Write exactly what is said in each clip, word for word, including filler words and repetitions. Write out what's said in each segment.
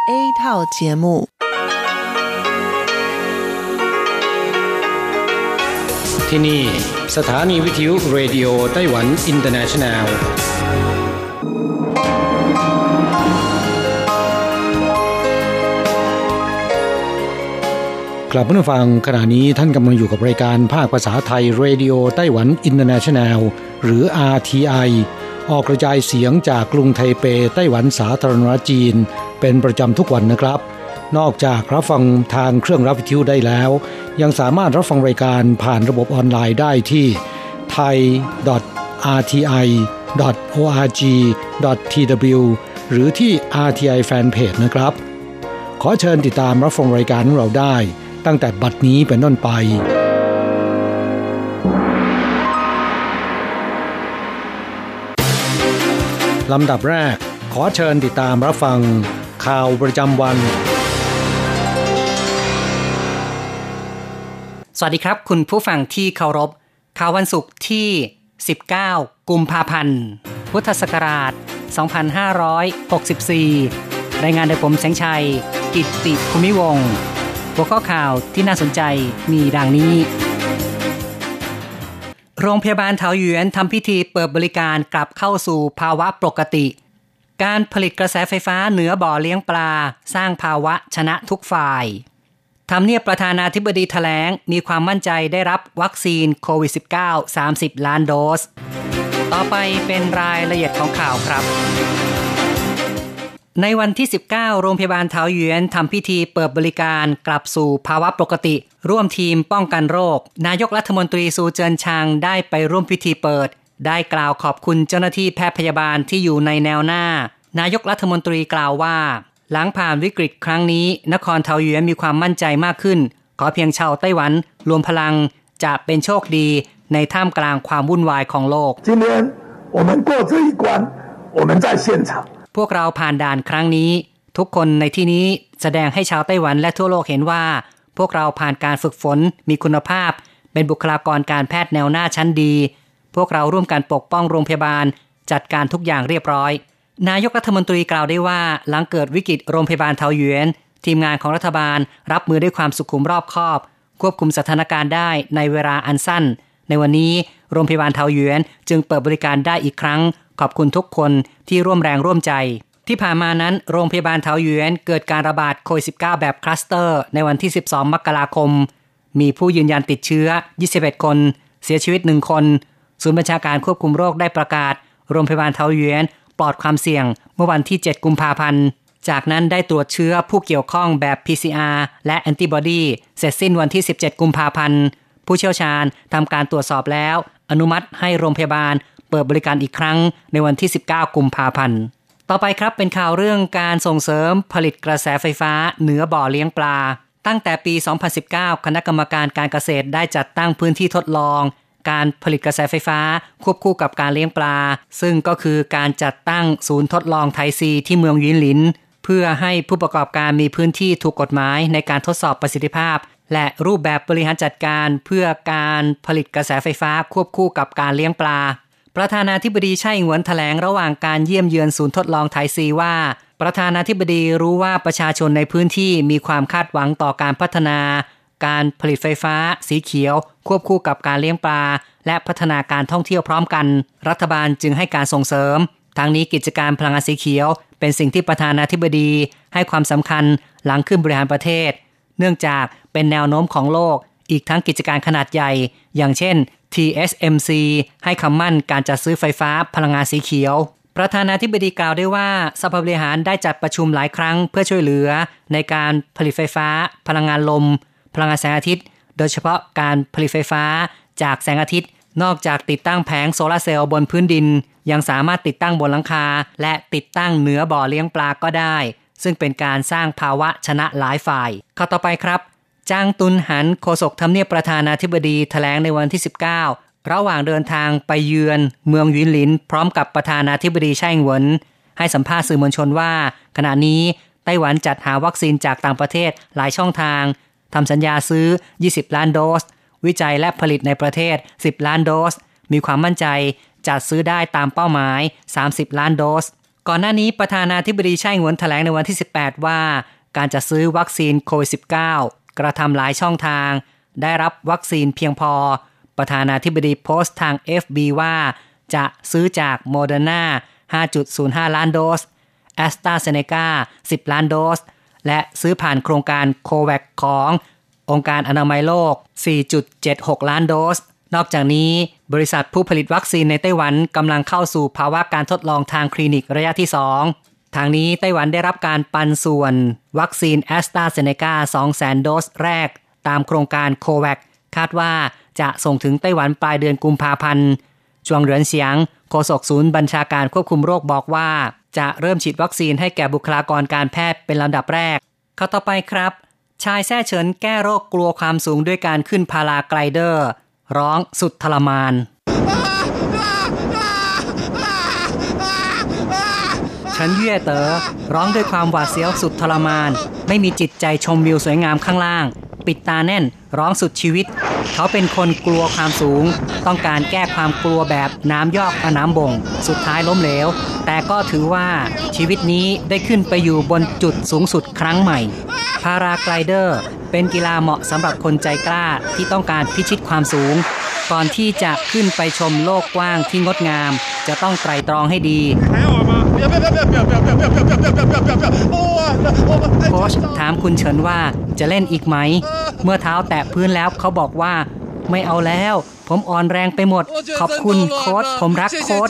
A 套节目ที่นี่สถานีวิทยุเรดิโอไต้หวันอินเตอร์เนชั่นแนลกลับมาฟังขณะนี้ท่านกำลังอยู่กับรายการภาคภาษาไทยเรดิโอไต้หวันอินเตอร์เนชั่นแนลหรือ อาร์ ที ไอ ออกกระจายเสียงจากกรุงไทเปไต้หวันสาธารณรัฐจีนเป็นประจำทุกวันนะครับนอกจากรับฟังทางเครื่องรับวิทยุได้แล้วยังสามารถรับฟังรายการผ่านระบบออนไลน์ได้ที่ ไทย ดอท อาร์ ที ไอ ดอท โอ อาร์ จี ดอท ที ดับเบิลยู หรือที่ อาร์ ที ไอ Fanpage นะครับขอเชิญติดตามรับฟังรายการของเราได้ตั้งแต่บัดนี้เป็นต้นไปลำดับแรกขอเชิญติดตามรับฟังข่าวประจำวันสวัสดีครับคุณผู้ฟังที่เคารพข่าววันศุกร์ที่สิบเก้ากุมภาพันธ์พุทธศักราชสองพันห้าร้อยหกสิบสี่รายงานโดยผมแสงชัยกิตติภูมิวงศ์หัวข้อข่าวที่น่าสนใจมีดังนี้โรงพยาบาลเถาหยวนทำพิธีเปิดบริการกลับเข้าสู่ภาวะปกติการผลิตกระแสไฟฟ้าเหนือบ่อเลี้ยงปลาสร้างภาวะชนะทุกฝ่ายทำเนียบประธานาธิบดีแถลงมีความมั่นใจได้รับวัคซีนโควิด สิบเก้า สามสิบ ล้านโดสต่อไปเป็นรายละเอียดของข่าวครับในวันที่สิบเก้าโรงพยาบาลเถาหยวนทำพิธีเปิดบริการกลับสู่ภาวะปกติร่วมทีมป้องกันโรคนายกรัฐมนตรีซูเจินชางได้ไปร่วมพิธีเปิดได้กล่าวขอบคุณเจ้าหน้าที่แพทย์พยาบาลที่อยู่ในแนวหน้านายกรัฐมนตรีกล่าวว่าหลังผ่านวิกฤตครั้งนี้นครเถาหยวนมีความมั่นใจมากขึ้นขอเพียงชาวไต้หวันรวมพลังจะเป็นโชคดีในท่ามกลางความวุ่นวายของโลก今天我们过这一关我们在现场พวกเราผ่านด่านครั้งนี้ทุกคนในที่นี้แสดงให้ชาวไต้หวันและทั่วโลกเห็นว่าพวกเราผ่านการฝึกฝนมีคุณภาพเป็นบุคลากรการแพทย์แนวหน้าชั้นดีพวกเราร่วมกันปกป้องโรงพยาบาลจัดการทุกอย่างเรียบร้อยนายกรัฐมนตรีกล่าวได้ว่าหลังเกิดวิกฤตโรงพยาบาลเถาหยวนทีมงานของรัฐบาลรับมือด้วยความสุขุมรอบคอบควบคุมสถานการณ์ได้ในเวลาอันสั้นในวันนี้โรงพยาบาลเถาหยวนจึงเปิดบริการได้อีกครั้งขอบคุณทุกคนที่ร่วมแรงร่วมใจที่ผ่านมานั้นโรงพยาบาลเถาหยวนเกิดการระบาดโควิด สิบเก้า แบบคลัสเตอร์ในวันที่สิบสองมกราคมมีผู้ยืนยันติดเชื้อยี่สิบเอ็ดคนเสียชีวิตหนึ่งคนศูนย์บัญชาการควบคุมโรคได้ประกาศโรงพยาบาลเถาหยวนปลอดความเสี่ยงเมื่อวันที่เจ็ดกุมภาพันธ์จากนั้นได้ตรวจเชื้อผู้เกี่ยวข้องแบบ พี ซี อาร์ และแอนติบอดีเสร็จสิ้นวันที่สิบเจ็ดกุมภาพันธ์ผู้เชี่ยวชาญทำการตรวจสอบแล้วอนุมัติให้โรงพยาบาลเปิดบริการอีกครั้งในวันที่สิบเก้ากุมภาพันธ์ต่อไปครับเป็นข่าวเรื่องการส่งเสริมผลิตกระแสไฟฟ้าเหนือบ่อเลี้ยงปลาตั้งแต่ปีสองพันสิบเก้าคณะกรรมการการเกษตรได้จัดตั้งพื้นที่ทดลองการผลิตกระแสไฟฟ้าควบคู่กับการเลี้ยงปลาซึ่งก็คือการจัดตั้งศูนย์ทดลองไทซีที่เมืองหยินหลินเพื่อให้ผู้ประกอบการมีพื้นที่ถูกกฎหมายในการทดสอบประสิทธิภาพและรูปแบบบริหารจัดการเพื่อการผลิตกระแสไฟฟ้าควบคู่กับการเลี้ยงปลาประธานาธิบดีไช่อิงเหวินแถลงระหว่างการเยี่ยมเยือนศูนย์ทดลองไทซีว่าประธานาธิบดีรู้ว่าประชาชนในพื้นที่มีความคาดหวังต่อการพัฒนาการผลิตไฟฟ้าสีเขียวควบคู่กับการเลี้ยงปลาและพัฒนาการท่องเที่ยวพร้อมกันรัฐบาลจึงให้การส่งเสริมทั้งนี้กิจการพลังงานสีเขียวเป็นสิ่งที่ประธานาธิบดีให้ความสำคัญหลังขึ้นบริหารประเทศเนื่องจากเป็นแนวโน้มของโลกอีกทั้งกิจการขนาดใหญ่อย่างเช่น ที เอส เอ็ม ซี ให้คำมั่นการจัดซื้อไฟฟ้าพลังงานสีเขียวประธานาธิบดีกล่าวได้ว่าสภาบริหารได้จัดประชุมหลายครั้งเพื่อช่วยเหลือในการผลิตไฟฟ้าพลังงานลมพลังงานแสงอาทิตย์โดยเฉพาะการผลิตไฟฟ้าจากแสงอาทิตย์นอกจากติดตั้งแผงโซลาร์เซลล์บนพื้นดินยังสามารถติดตั้งบนหลังคาและติดตั้งเหนือบ่อเลี้ยงปลาก็ได้ซึ่งเป็นการสร้างภาวะชนะหลายฝ่ายข้อต่อไปครับจางตุนหันโฆษกทำเนียบประธานาธิบดีแถลงในวันที่สิบเก้าระหว่างเดินทางไปเยือนเมืองหยินหลินพร้อมกับประธานาธิบดีไช่อิงเหวินให้สัมภาษณ์สื่อมวลชนว่าขณะนี้ไต้หวันจัดหาวัคซีนจากต่างประเทศหลายช่องทางทำสัญญาซื้อยี่สิบล้านโดสวิจัยและผลิตในประเทศสิบล้านโดสมีความมั่นใจจัดซื้อได้ตามเป้าหมายสามสิบล้านโดสก่อนหน้านี้ประธานาธิบดีไช่หงวนแถลงในวันที่สิบแปดว่าการจะซื้อวัคซีนโควิด สิบเก้า กระทำหลายช่องทางได้รับวัคซีนเพียงพอประธานาธิบดีโพสต์ทาง เอฟ บี ว่าจะซื้อจากโมเดอร์นา ห้าจุดศูนย์ห้า ล้านโดส AstraZeneca สิบล้านโดสและซื้อผ่านโครงการโคแวคขององค์การอนามัยโลก สี่จุดเจ็ดหก ล้านโดสนอกจากนี้บริษัทผู้ผลิตวัคซีนในไต้หวันกำลังเข้าสู่ภาวะการทดลองทางคลินิกระยะที่สองทางนี้ไต้หวันได้รับการปันส่วนวัคซีน AstraZeneca สองแสน โดสแรกตามโครงการโคแวคคาดว่าจะส่งถึงไต้หวันปลายเดือนกุมภาพันธ์จวงเหรินเสียงโฆษกศูนย์บัญชาการควบคุมโรคบอกว่าจะเริ่มฉีดวัคซีนให้แก่บุคลากรการแพทย์เป็นลำดับแรกเข้าต่อไปครับชายแซ่เฉินแก้โรคกลัวความสูงด้วยการขึ้นพาราไกลเดอร์ร้องสุดทรมานฉันเย่เต๋อร้องด้วยความหวาดเสียวสุดทรมานไม่มีจิตใจชมวิวสวยงามข้างล่างปิดตาแน่นร้องสุดชีวิตเขาเป็นคนกลัวความสูงต้องการแก้ความกลัวแบบน้ำยอกกับน้ำบ่งสุดท้ายล้มเหลวแต่ก็ถือว่าชีวิตนี้ได้ขึ้นไปอยู่บนจุดสูงสุดครั้งใหม่พาราไกลเดอร์เป็นกีฬาเหมาะสำหรับคนใจกล้าที่ต้องการพิชิตความสูงก่อนที่จะขึ้นไปชมโลกกว้างที่งดงามจะต้องไตร่ตรองให้ดีโค้ชถามคุณเฉินว่าจะเล่นอีกไหมเมื่อเท้าแตะพื้นแล้วเขาบอกว่าไม่เอาแล้วผมอ่อนแรงไปหมดขอบคุณโค้ชผมรักโค้ช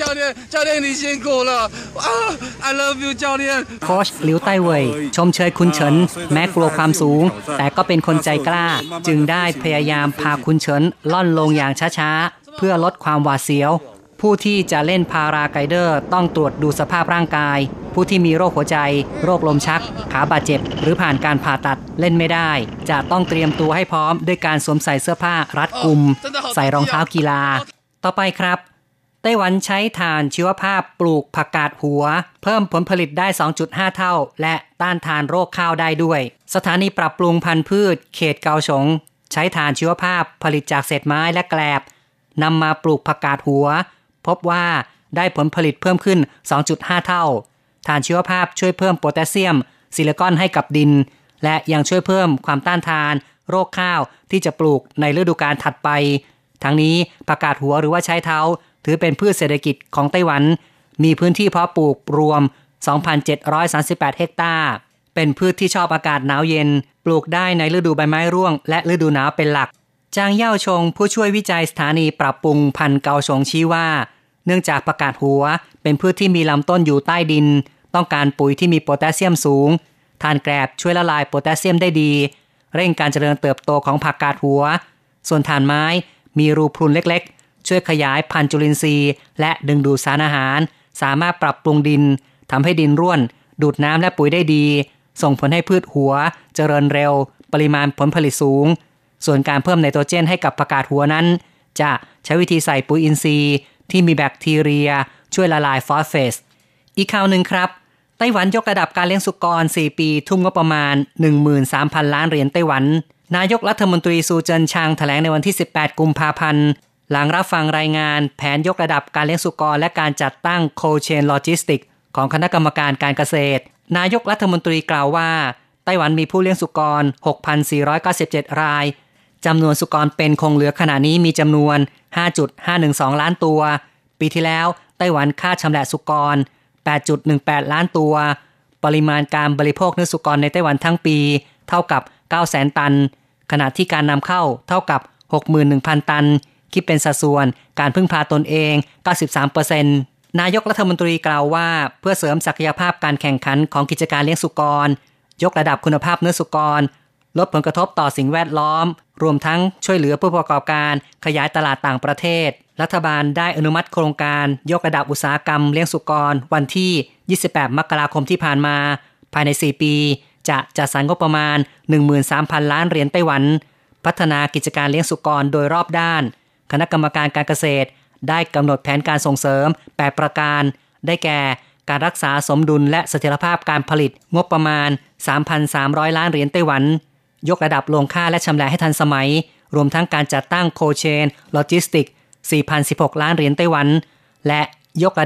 โค้ชหลิวไต้เว่ยชมเชยคุณเฉินแม้กลัวความสูงแต่ก็เป็นคนใจกล้าจึงได้พยายามพาคุณเฉินล่อนลงอย่างช้าๆเพื่อลดความหวาดเสียวผู้ที่จะเล่นพาราไกลเดอร์ต้องตรวจดูสภาพร่างกายผู้ที่มีโรคหัวใจโรคลมชักขาบาดเจ็บหรือผ่านการผ่าตัดเล่นไม่ได้จะต้องเตรียมตัวให้พร้อมด้วยการสวมใส่เสื้อผ้ารัดกุมใส่รองเท้ากีฬาต่อไปครับไต้หวันใช้ถ่านชีวภาพปลูกผักกาดหัวเพิ่มผลผลิตได้ สองจุดห้า เท่าและต้านทานโรคข้าวได้ด้วยสถานีปรับปรุงพันธุ์พืชเขตเกาฉงใช้ถ่านชีวภาพผลิตจากเศษไม้และแกลบนำมาปลูกผักกาดหัวพบว่าได้ผลผลิตเพิ่มขึ้น สองจุดห้า เท่าถ่านชีวภาพช่วยเพิ่มโพแทสเซียมซิลิคอนให้กับดินและยังช่วยเพิ่มความต้านทานโรคข้าวที่จะปลูกในฤดูกาลถัดไปทั้งนี้ผักกาดหัวหรือว่าใช้เท้าถือเป็นพืชเศรษฐกิจของไต้หวันมีพื้นที่เพาะปลูกรวม สองพันเจ็ดร้อยสามสิบแปด เฮกตาร์เป็นพืชที่ชอบอากาศหนาวเย็นปลูกได้ในฤดูใบไม้ร่วงและฤดูหนาวเป็นหลักจางเย่าชงผู้ช่วยวิจัยสถานีปรับปรุงพันธุ์เกาฉงชี้ว่าเนื่องจากผักกาดหัวเป็นพืชที่มีลำต้นอยู่ใต้ดินต้องการปุ๋ยที่มีโพแทสเซียมสูงถ่านแกลบช่วยละลายโพแทสเซียมได้ดีเร่งการเจริญเติบโตของผักกาดหัวส่วนถ่านไม้มีรูพรุนเล็กๆช่วยขยายพันธุ์จุลินทรีย์และดึงดูดสารอาหารสามารถปรับปรุงดินทำให้ดินร่วนดูดน้ำและปุ๋ยได้ดีส่งผลให้พืชหัวเจริญเร็วปริมาณผลผลิตสูงส่วนการเพิ่มไนโตรเจนให้กับผักกาดหัวนั้นจะใช้วิธีใส่ปุ๋ยอินทรีย์ที่มีแบคทีเรียช่วยละลายฟอสเฟตอีกข่าวหนึ่งครับไต้หวันยกระดับการเลี้ยงสุกรสี่ปีทุ่มงบประมาณ หนึ่งหมื่นสามพัน ล้านเหรียญไต้หวันนายกรัฐมนตรีซูเจินชางแถลงในวันที่สิบแปดกุมภาพันธ์หลังรับฟังรายงานแผนยกระดับการเลี้ยงสุกรและการจัดตั้งโคเชนโลจิสติกของคณะกรรมการการเกษตรนายกรัฐมนตรีกล่าวว่าไต้หวันมีผู้เลี้ยงสุกร หกพันสี่ร้อยเก้าสิบเจ็ด รายจำนวนสุกรเป็นคงเหลือขณะนี้มีจำนวน ห้าจุดห้าหนึ่งสอง ล้านตัวปีที่แล้วไต้หวันฆ่าชำแหละสุกร แปดจุดหนึ่งแปด ล้านตัวปริมาณการบริโภคเนื้อสุกรในไต้หวันทั้งปีเท่ากับ เก้าแสน ตันขณะที่การนำเข้าเท่ากับ หกหมื่นหนึ่งพัน ตันคิดเป็นสัดส่วนการพึ่งพาตนเอง เก้าสิบสามเปอร์เซ็นต์ นายกรัฐมนตรีกล่าวว่าเพื่อเสริมศักยภาพการแข่งขันของกิจการเลี้ยงสุกรยกระดับคุณภาพเนื้อสุกรลดผลกระทบต่อสิ่งแวดล้อมรวมทั้งช่วยเหลือผู้ประกอบการขยายตลาดต่างประเทศรัฐบาลได้อนุมัติโครงการยกระดับอุตสาหกรรมเลี้ยงสุกรวันที่ยี่สิบแปดมกราคมที่ผ่านมาภายในสี่ปีจะจัดสรรงบประมาณ หนึ่งหมื่นสามพัน ล้านเหรียญไต้หวันพัฒนากิจการเลี้ยงสุกรโดยรอบด้านคณะกรรมการการเกษตรได้กำหนดแผนการส่งเสริมแปดประการได้แก่การรักษาสมดุลและเสถียรภาพการผลิตงบประมาณ สามพันสามร้อย ล้านเหรียญไต้หวันยกระดับโรงฆ่าและชำแหละให้ทันสมัยรวมทั้งการจัดตั้งโคเชนโลจิสติก สี่พันสิบหก ล้านเหรียญไต้หวันและยกระดับ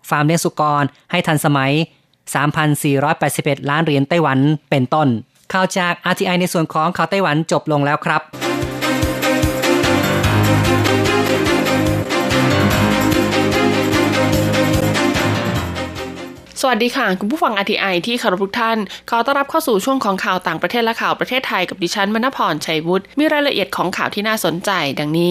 ฟาร์มเลี้ยงสุกรให้ทันสมัย สามพันสี่ร้อยแปดสิบเอ็ด ล้านเหรียญไต้หวันเป็นต้นข่าวจาก อาร์ ที ไอ ในส่วนของข่าวไต้หวันจบลงแล้วครับสวัสดีค่ะคุณผู้ฟัง อาร์ ที ไอ ที่เคารพทุกท่านขอต้อนรับเข้าสู่ช่วงของข่าวต่างประเทศและข่าวประเทศไทยกับดิฉันมณพร ชัยวุฒิมีรายละเอียดของข่าวที่น่าสนใจดังนี้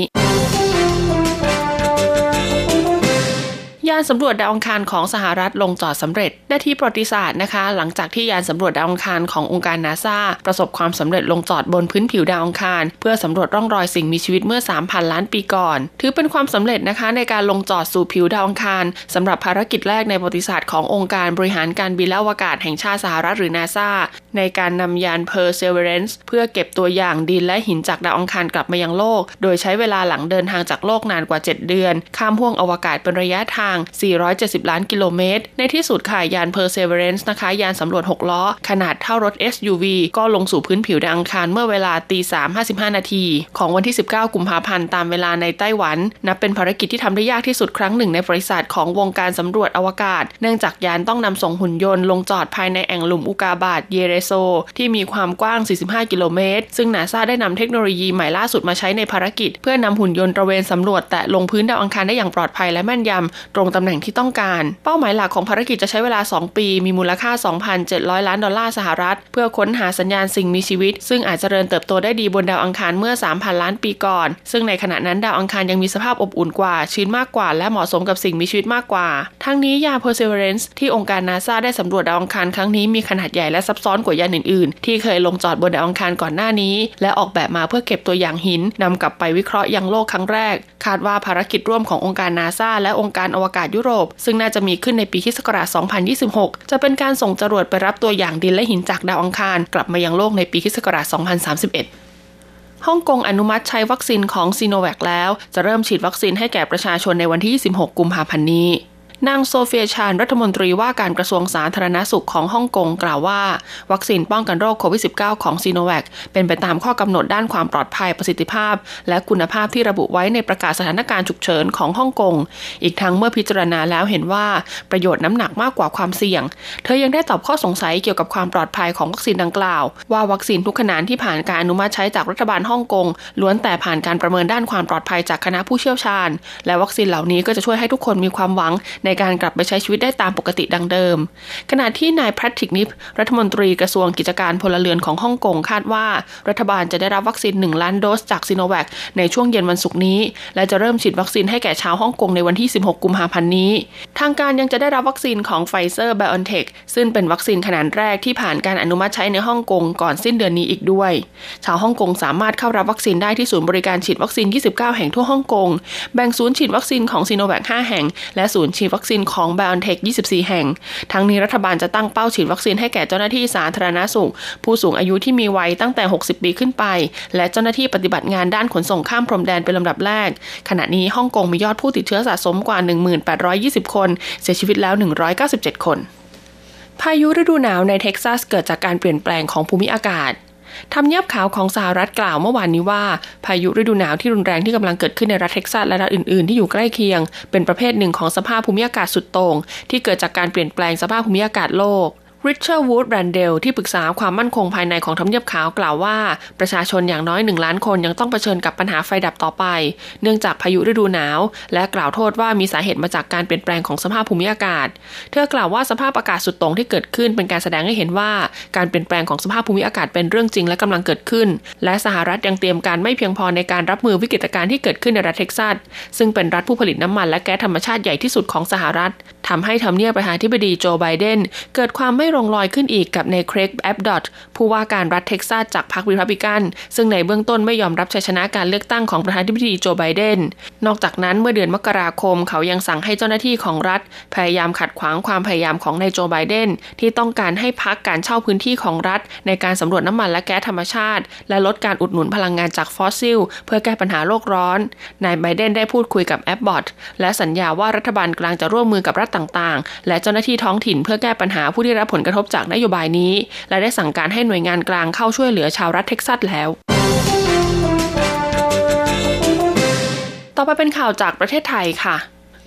ยานสำรวจดาวอังคารของสหรัฐลงจอดสำเร็จนาทีประวัติศาสตร์นะคะหลังจากที่ยานสำรวจดาวอังคารขององค์การ NASA ประสบความสำเร็จลงจอดบนพื้นผิวดาวอังคารเพื่อสำรวจร่องรอยสิ่งมีชีวิตเมื่อ สามพัน ล้านปีก่อนถือเป็นความสำเร็จนะคะในการลงจอดสู่ผิวดาวอังคารสำหรับภารกิจแรกในประวัติศาสตร์ขององค์การบริหารการบินและอวกาศแห่งชาติสหรัฐหรือ NASA ในการนำยาน Perseverance เพื่อเก็บตัวอย่างดินและหินจากดาวอังคารกลับมายังโลกโดยใช้เวลาหลังเดินทางจากโลกนานกว่าเจ็ดเดือนข้ามห้วงอวกาศเป็นระยะทางสี่ร้อยเจ็ดสิบล้านกิโลเมตรในที่สุดค่ะยาน Perseverance นะคะยานสำรวจหกล้อขนาดเท่ารถ เอส ยู วี ก็ลงสู่พื้นผิวดาวอังคารเมื่อเวลา ตีสามห้าสิบห้า นาทีของวันที่สิบเก้ากุมภาพันธ์ตามเวลาในไต้หวันนับเป็นภารกิจที่ทำได้ยากที่สุดครั้งหนึ่งในประวัติศาสตร์ของวงการสำรวจอวกาศเนื่องจากยานต้องนำส่งหุ่นยนต์ลงจอดภายในแอ่งหลุมอุกาบาตเยเรโซที่มีความกว้างสี่สิบห้ากิโลเมตรซึ่ง NASA ได้นำเทคโนโลยีใหม่ล่าสุดมาใช้ในภารกิจเพื่อนำหุ่นยนต์ตระเวนสำรวจแตะลงพื้นดาวอังคารได้อย่างปลอดภัยและแม่นยำตรงตำแหน่งที่ต้องการเป้าหมายหลักของภารกิจจะใช้เวลาสองปีมีมูลค่า สองพันเจ็ดร้อย ล้านดอลลาร์สหรัฐเพื่อค้นหาสัญญาณสิ่งมีชีวิตซึ่งอาจจะเจริญเติบโตได้ดีบนดาวอังคารเมื่อ สามพัน ล้านปีก่อนซึ่งในขณะนั้นดาวอังคารยังมีสภาพอบอุ่นกว่าชื้นมากกว่าและเหมาะสมกับสิ่งมีชีวิตมากกว่าทั้งนี้ยาน Perseverance ที่องค์การ NASA ได้สำรวจดาวอังคารครั้งนี้มีขนาดใหญ่และซับซ้อนกว่ายานอื่นๆที่เคยลงจอดบนดาวอังคารก่อนหน้านี้และออกแบบมาเพื่อเก็บตัวอย่างหินนำกลับไปวิเคราะห์ยังโลกครั้งแรกคาดว่าภารกิจร่วมขององค์การ NASA และองค์การอวกาศยุโรปซึ่งน่าจะมีขึ้นในปีค.ศ. สองพันยี่สิบหกจะเป็นการส่งจรวดไปรับตัวอย่างดินและหินจากดาวอังคารกลับมายังโลกในปีค.ศ. สองพันสามสิบเอ็ดฮ่องกงอนุมัติใช้วัคซีนของซีโนแวคแล้วจะเริ่มฉีดวัคซีนให้แก่ประชาชนในวันที่ยี่สิบหกกุมภาพันธ์นี้นางโซเฟียชานรัฐมนตรีว่าการกระทรวงสาธารณสุขของฮ่องกงกล่าวว่าวัคซีนป้องกันโรคโควิด สิบเก้า ของซีโนแวคเป็นไปตามข้อกำหนดด้านความปลอดภัยประสิทธิภาพและคุณภาพที่ระบุไว้ในประกาศสถานการณ์ฉุกเฉินของฮ่องกงอีกทั้งเมื่อพิจารณาแล้วเห็นว่าประโยชน์น้ำหนักมากกว่าความเสี่ยงเธอยังได้ตอบข้อสงสัยเกี่ยวกับความปลอดภัยของวัคซีนดังกล่าวว่าวัคซีนทุกขนาดที่ผ่านการอนุมัติใช้จากรัฐบาลฮ่องกงล้วนแต่ผ่านการประเมินด้านความปลอดภัยจากคณะผู้เชี่ยวชาญและวัคซีนเหล่านี้ก็จะช่วยให้ทุกคนมีความหวังในการกลับไปใช้ชีวิตได้ตามปกติดังเดิมขณะที่นายแพทริกนิปรัฐมนตรีกระทรวงกิจการพลเรือนของฮ่องกงคาดว่ารัฐบาลจะได้รับวัคซีนหนึ่งล้านโดสจากซิโนแวคในช่วงเย็นวันศุกร์นี้และจะเริ่มฉีดวัคซีนให้แก่ชาวฮ่องกงในวันที่สิบหกกุมภาพันธ์นี้ทางการยังจะได้รับวัคซีนของ Pfizer BioNTech ซึ่งเป็นวัคซีนขนาดแรกที่ผ่านการอนุมัติใช้ในฮ่องกงก่อนสิ้นเดือนนี้อีกด้วยชาวฮ่องกงสามารถเข้ารับวัคซีนได้ที่ศูนย์บริการฉีดวัคซีนยี่สิบเก้าแห่งทั่วฮ่องกงแบ่งศูนย์ฉีดวัคซีนของซิโนแวคห้าแห่งและศูนย์ฉีดวัคซีนของ BioNTechยี่สิบสี่แห่งทั้งนี้รัฐบาลจะตั้งเป้าฉีดวัคซีนให้แก่เจ้าหน้าที่สาธารณสุขผู้สูงอายุที่มีวัยตั้งแต่หกสิบปีขึ้นไปและเจ้าหน้าที่ปฏิบัติงานด้านขนส่งข้ามพรมแดนเป็นลำดับแรกขณะนี้ฮ่องกงมียอดผู้ติดเชื้อสะสมกว่า หนึ่งพันแปดร้อยยี่สิบ คนเสียชีวิตแล้วหนึ่งร้อยเก้าสิบเจ็ดคนพายุฤดูหนาวในเท็กซัสเกิดจากการเปลี่ยนแปลงของภูมิอากาศทำเนียบขาวของสหรัฐกล่าวเมื่อวานนี้ว่าพายุฤดูหนาวที่รุนแรงที่กำลังเกิดขึ้นในรัฐเท็กซัสและรัฐอื่นๆที่อยู่ใกล้เคียงเป็นประเภทหนึ่งของสภาพภูมิอากาศสุดโต่งที่เกิดจากการเปลี่ยนแปลงสภาพภูมิอากาศโลกริชาร์ด วูด แบรนเดลที่ปรึกษาความมั่นคงภายในของทำเนียบขาวกล่าวว่าประชาชนอย่างน้อยหนึ่งล้านคนยังต้องเผชิญกับปัญหาไฟดับต่อไปเนื่องจากพายุฤดูหนาวและกล่าวโทษว่ามีสาเหตุมาจากการเปลี่ยนแปลงของสภาพภูมิอากาศเธอกล่าวว่าสภาพอากาศสุดโต่งที่เกิดขึ้นเป็นการแสดงให้เห็นว่าการเปลี่ยนแปลงของสภาพภูมิอากาศเป็นเรื่องจริงและกำลังเกิดขึ้นและสหรัฐยังเตรียมการไม่เพียงพอในการรับมือวิกฤตการณ์ที่เกิดขึ้นในรัฐเท็กซัสซึ่งเป็นรัฐผู้ผลิตน้ำมันและแก๊สธรรมชาติใหญ่ที่สุดของสหรัฐทำให้ทำเนียบประธานาธิบดีโจไบเดนเกิดความไม่ลงรอยขึ้นอีกกับในเครก แอบดอตผู้ว่าการรัฐเท็กซัสจากพรรครีพับลิกันซึ่งในเบื้องต้นไม่ยอมรับชัยชนะการเลือกตั้งของประธานาธิบดีโจไบเดนนอกจากนั้นเมื่อเดือนมกราคมเขายังสั่งให้เจ้าหน้าที่ของรัฐพยายามขัดขวางความพยายามของนายโจไบเดนที่ต้องการให้พักการเช่าพื้นที่ของรัฐในการสำรวจน้ำมันและแก๊สธรรมชาติและลดการอุดหนุนพลังงานจากฟอสซิลเพื่อแก้ปัญหาโลกร้อนนายไบเดนได้พูดคุยกับแอบบอตและสัญญาว่ารัฐบาลกลางจะร่วมมือกับรัฐต่างๆและเจ้าหน้าที่ท้องถิ่นเพื่อแก้ปัญหาผู้ที่รับผลกระทบจากนโยบายนี้และได้สั่งการให้หน่วยงานกลางเข้าช่วยเหลือชาวรัฐเท็กซัสแล้วต่อไปเป็นข่าวจากประเทศไทยค่ะก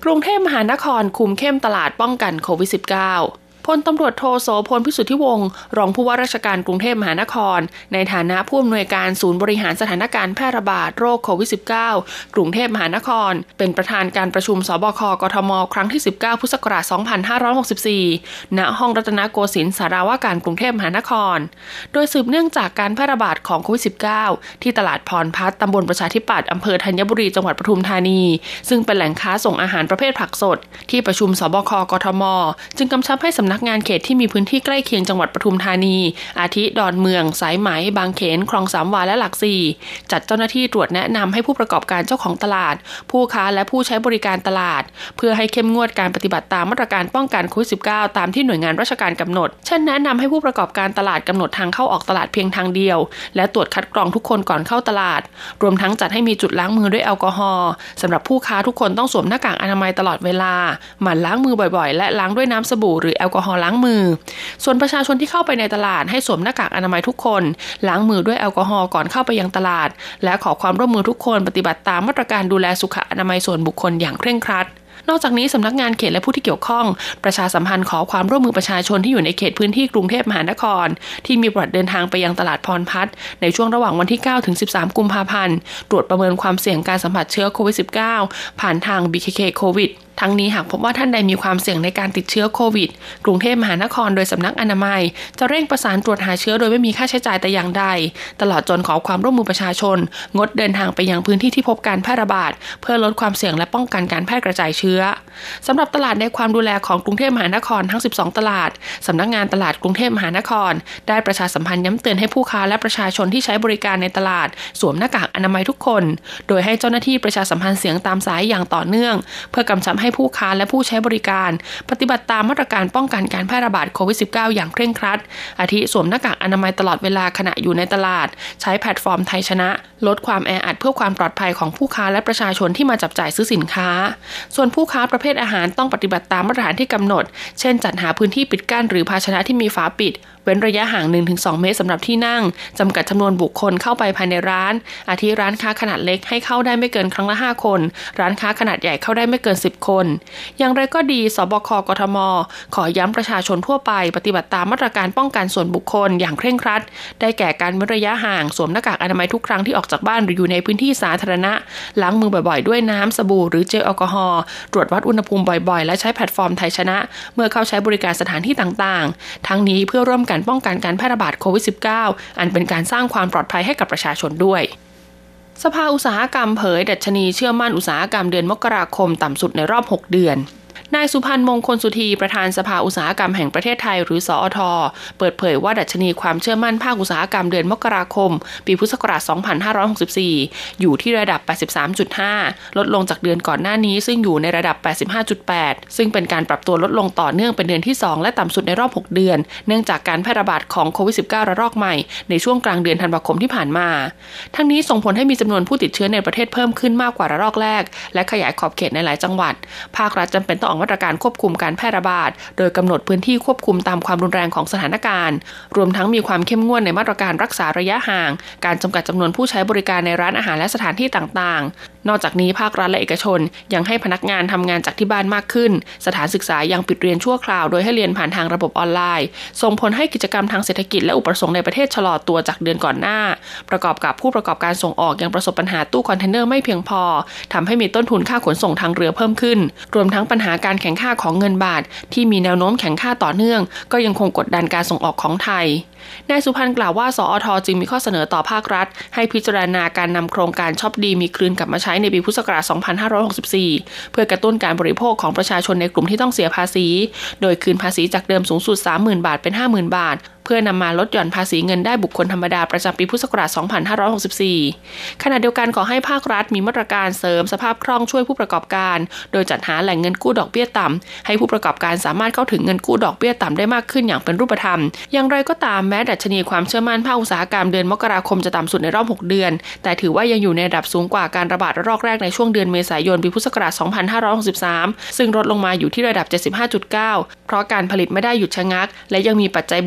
กรุงเทพมหานครคุมเข้มตลาดป้องกันโควิด สิบเก้า พลตำรวจโทโสพลพิสุทธิวงศ์รองผู้ว่าราชการกรุงเทพมหานครในฐานะผู้อำนวยการศูนย์บริหารสถานการณ์แพร่ระบาดโรคโควิด สิบเก้า กรุงเทพมหานครเป็นประธานการประชุมสบคกทมครั้งที่สิบเก้าพุทธศักราชสองพันห้าร้อยหกสิบสี่ณห้องรัตนโกสินทร์สาราว่าการกรุงเทพมหานครโดยสืบเนื่องจากการแพร่ระบาดของโควิด สิบเก้า ที่ตลาดพรพัฒน์ตำบลประชาธิปัตย์อำเภอธัญบุรีจังหวัดปทุมธานีซึ่งเป็นแหล่งค้าส่งอาหารประเภทผักสดที่ประชุมสบคกทมจึงกำชับให้สำนักงานเขตที่มีพื้นที่ใกล้เคียงจังหวัดปทุมธานีอาทิดอนเมืองสายไหมบางเขนคลองสามวาและหลักสี่จัดเจ้าหน้าที่ตรวจแนะนำให้ผู้ประกอบการเจ้าของตลาดผู้ค้าและผู้ใช้บริการตลาดเพื่อให้เข้มงวดการปฏิบัติตามมาตรการป้องกันโควิด สิบเก้า ตามที่หน่วยงานราชการกำหนดเช่นแนะนำให้ผู้ประกอบการตลาดกำหนดทางเข้าออกตลาดเพียงทางเดียวและตรวจคัดกรองทุกคนก่อนเข้าตลาดรวมทั้งจัดให้มีจุดล้างมือด้วยแอลกอฮอล์สำหรับผู้ค้าทุกคนต้องสวมหน้ากากอนามัยตลอดเวลาหมั่นล้างมือบ่อยๆและล้างด้วยน้ำสบู่หรือแอลกอฮอล์ล้างมือส่วนประชาชนที่เข้าไปในตลาดให้สวมหน้ากากอนามัยทุกคนล้างมือด้วยแอลกอฮอล์ก่อนเข้าไปยังตลาดและขอความร่วมมือทุกคนปฏิบัติตามมาตรการดูแลสุขอนามัยส่วนบุคคลอย่างเคร่งครัดนอกจากนี้สำนักงานเขตและผู้ที่เกี่ยวข้องประชาสัมพันธ์ขอความร่วมมือประชาชนที่อยู่ในเขตพื้นที่กรุงเทพมหานครที่มีประวัติเดินทางไปยังตลาดพรพัฒน์ในช่วงระหว่างวันที่เก้าถึงสิบสามกุมภาพันธ์ตรวจประเมินความเสี่ยงการสัมผัสเชื้อโควิด สิบเก้า ผ่านทาง บี เค เค โควิดทั้งนี้หากพบว่าท่านใดมีความเสี่ยงในการติดเชื้อโควิดกรุงเทพมหานครโดยสำนักอนามัยจะเร่งประสานตรวจหาเชื้อโดยไม่มีค่าใช้จ่ายแต่อย่างใดตลอดจนขอความร่วมมือประชาชนงดเดินทางไปยังพื้นที่ที่พบการแพร่ระบาดเพื่อลดความเสี่ยงและป้องกันการแพร่กระจายเชื้อสำหรับตลาดในความดูแลของกรุงเทพมหานครทั้งสิบสองตลาดสำนักงานตลาดกรุงเทพมหานครได้ประชาสัมพันธ์ย้ำเตือนให้ผู้ค้าและประชาชนที่ใช้บริการในตลาดสวมหน้ากากอนามัยทุกคนโดยให้เจ้าหน้าที่ประชาสัมพันธ์เสียงตามสายอย่างต่อเนื่องเพื่อกำชับให้ผู้ค้าและผู้ใช้บริการปฏิบัติตามมาตรการป้องกันการแพร่ระบาดโควิด สิบเก้า อย่างเคร่งครัดอาทิสวมหน้ากากอนามัยตลอดเวลาขณะอยู่ในตลาดใช้แพลตฟอร์มไทยชนะลดความแออัดเพื่อความปลอดภัยของผู้ค้าและประชาชนที่มาจับจ่ายซื้อสินค้าส่วนผู้ค้าประเภทอาหารต้องปฏิบัติตามมาตรฐานที่กำหนดเช่นจัดหาพื้นที่ปิดกั้นหรือภาชนะที่มีฝาปิดเว้นระยะห่าง หนึ่งถึงสอง เมตรสำหรับที่นั่งจำกัดจำนวนบุคคลเข้าไปภายในร้านอาทิร้านค้าขนาดเล็กให้เข้าได้ไม่เกินครั้งละห้าคนร้านค้าขนาดใหญ่เข้าได้ไม่เกินสิบคนอย่างไรก็ดีสบคกทมขอย้ำประชาชนทั่วไปปฏิบัติตามมาตรการป้องกันส่วนบุคคลอย่างเคร่งครัดได้แก่การเว้นระยะห่างสวมหน้ากากอนามัยทุกครั้งที่ออกจากบ้านหรืออยู่ในพื้นที่สาธารณะล้างมือบ่อยๆด้วยน้ำสบู่หรือเจลแอลกอฮอล์ตรวจวัดอุณหภูมิบ่อยๆและใช้แพลตฟอร์มไทยชนะเมื่อเข้าใช้บริการสถานที่ต่างๆทั้งนี้เพื่อร่วมกันป้องกันการแพร่ระบาดโควิด สิบเก้า อันเป็นการสร้างความปลอดภัยให้กับประชาชนด้วยสภาอุตสาหกรรมเผยดัชนีเชื่อมั่นอุตสาหกรรมเดือนมกราคมต่ำสุดในรอบหกเดือนนายสุพันธ์มงคลสุธีประธานสภาอุตสาหกรรมแห่งประเทศไทยหรือสอทเปิดเผยว่าดัชนีความเชื่อมั่นภาคอุตสาหกรรมเดือนมกราคมปีพุทธศักราชสองพันห้าร้อยหกสิบสี่อยู่ที่ระดับ แปดสิบสามจุดห้า ลดลงจากเดือนก่อนหน้านี้ซึ่งอยู่ในระดับ แปดสิบห้าจุดแปด ซึ่งเป็นการปรับตัวลดลงต่อเนื่องเป็นเดือนที่สองและต่ำสุดในรอบหกเดือนเนื่องจากการแพร่ระบาดของโควิด สิบเก้า ระลอกใหม่ในช่วงกลางเดือนธันวาคมที่ผ่านมาทั้งนี้ส่งผลให้มีจำนวนผู้ติดเชื้อในประเทศเพิ่มขึ้นมากกว่าระลอกแรกและขยายขอบเขตในหลายจังหวัดภาครัฐจำเป็นต้องออกมาตรการควบคุมการแพร่ระบาดโดยกำหนดพื้นที่ควบคุมตามความรุนแรงของสถานการณ์รวมทั้งมีความเข้มงวดในมาตรการรักษาระยะห่างการจำกัดจำนวนผู้ใช้บริการในร้านอาหารและสถานที่ต่างๆนอกจากนี้ภาครัฐและเอกชนยังให้พนักงานทำงานจากที่บ้านมากขึ้นสถานศึกษายังปิดเรียนชั่วคราวโดยให้เรียนผ่านทางระบบออนไลน์ส่งผลให้กิจกรรมทางเศรษฐกิจและอุปสงค์ในประเทศชะลอตัวจากเดือนก่อนหน้าประกอบกับผู้ประกอบการส่งออกยังประสบปัญหาตู้คอนเทนเนอร์ไม่เพียงพอทำให้มีต้นทุนค่าขนส่งทางเรือเพิ่มขึ้นรวมทั้งปัญหาการแข่งข้าของเงินบาทที่มีแนวโน้มแข่งข้าต่อเนื่องก็ยังคงกดดันการส่งออกของไทยนายสุพันธ์กล่าวว่าสอทจึงมีข้อเสนอต่อภาครัฐให้พิจารณาการนำโครงการช็อปดีมีคืนกลับมาใช้ในปีพุทธศักราชสองพันห้าร้อยหกสิบสี่เพื่อกระตุ้นการบริโภคของประชาชนในกลุ่มที่ต้องเสียภาษีโดยคืนภาษีจากเดิมสูงสุด สามหมื่น บาทเป็น ห้าหมื่น บาทเพื่อนำมาลดหย่อนภาษีเงินได้บุคคลธรรมดาประจำปีพุทธศักราชสองพันห้าร้อยหกสิบสี่ขณะเดียวกันขอให้ภาครัฐมีมาตรการเสริมสภาพคล่องช่วยผู้ประกอบการโดยจัดหาแหล่งเงินกู้ดอกเบี้ยต่ำให้ผู้ประกอบการสามารถเข้าถึงเงินกู้ดอกเบี้ยต่ำได้มากขึ้นอย่างเป็นรูปธรรมอย่างไรก็ตามแม้ดัชนีความเชื่อมั่นภาคอุตสาหกรรมเดือนมกราคมจะต่ำสุดในรอบหกเดือนแต่ถือว่ายังอยู่ในระดับสูงกว่าการระบาดระลอกแรกในช่วงเดือนเมษายนปีพุทธศักราชสองพันห้าร้อยหกสิบสามซึ่งลดลงมาอยู่ที่ระดับ เจ็ดสิบห้าจุดเก้า เพราะการผลิตไม่ได้หยุดชะงักและยังมีปัจจัยบวกมาจากมา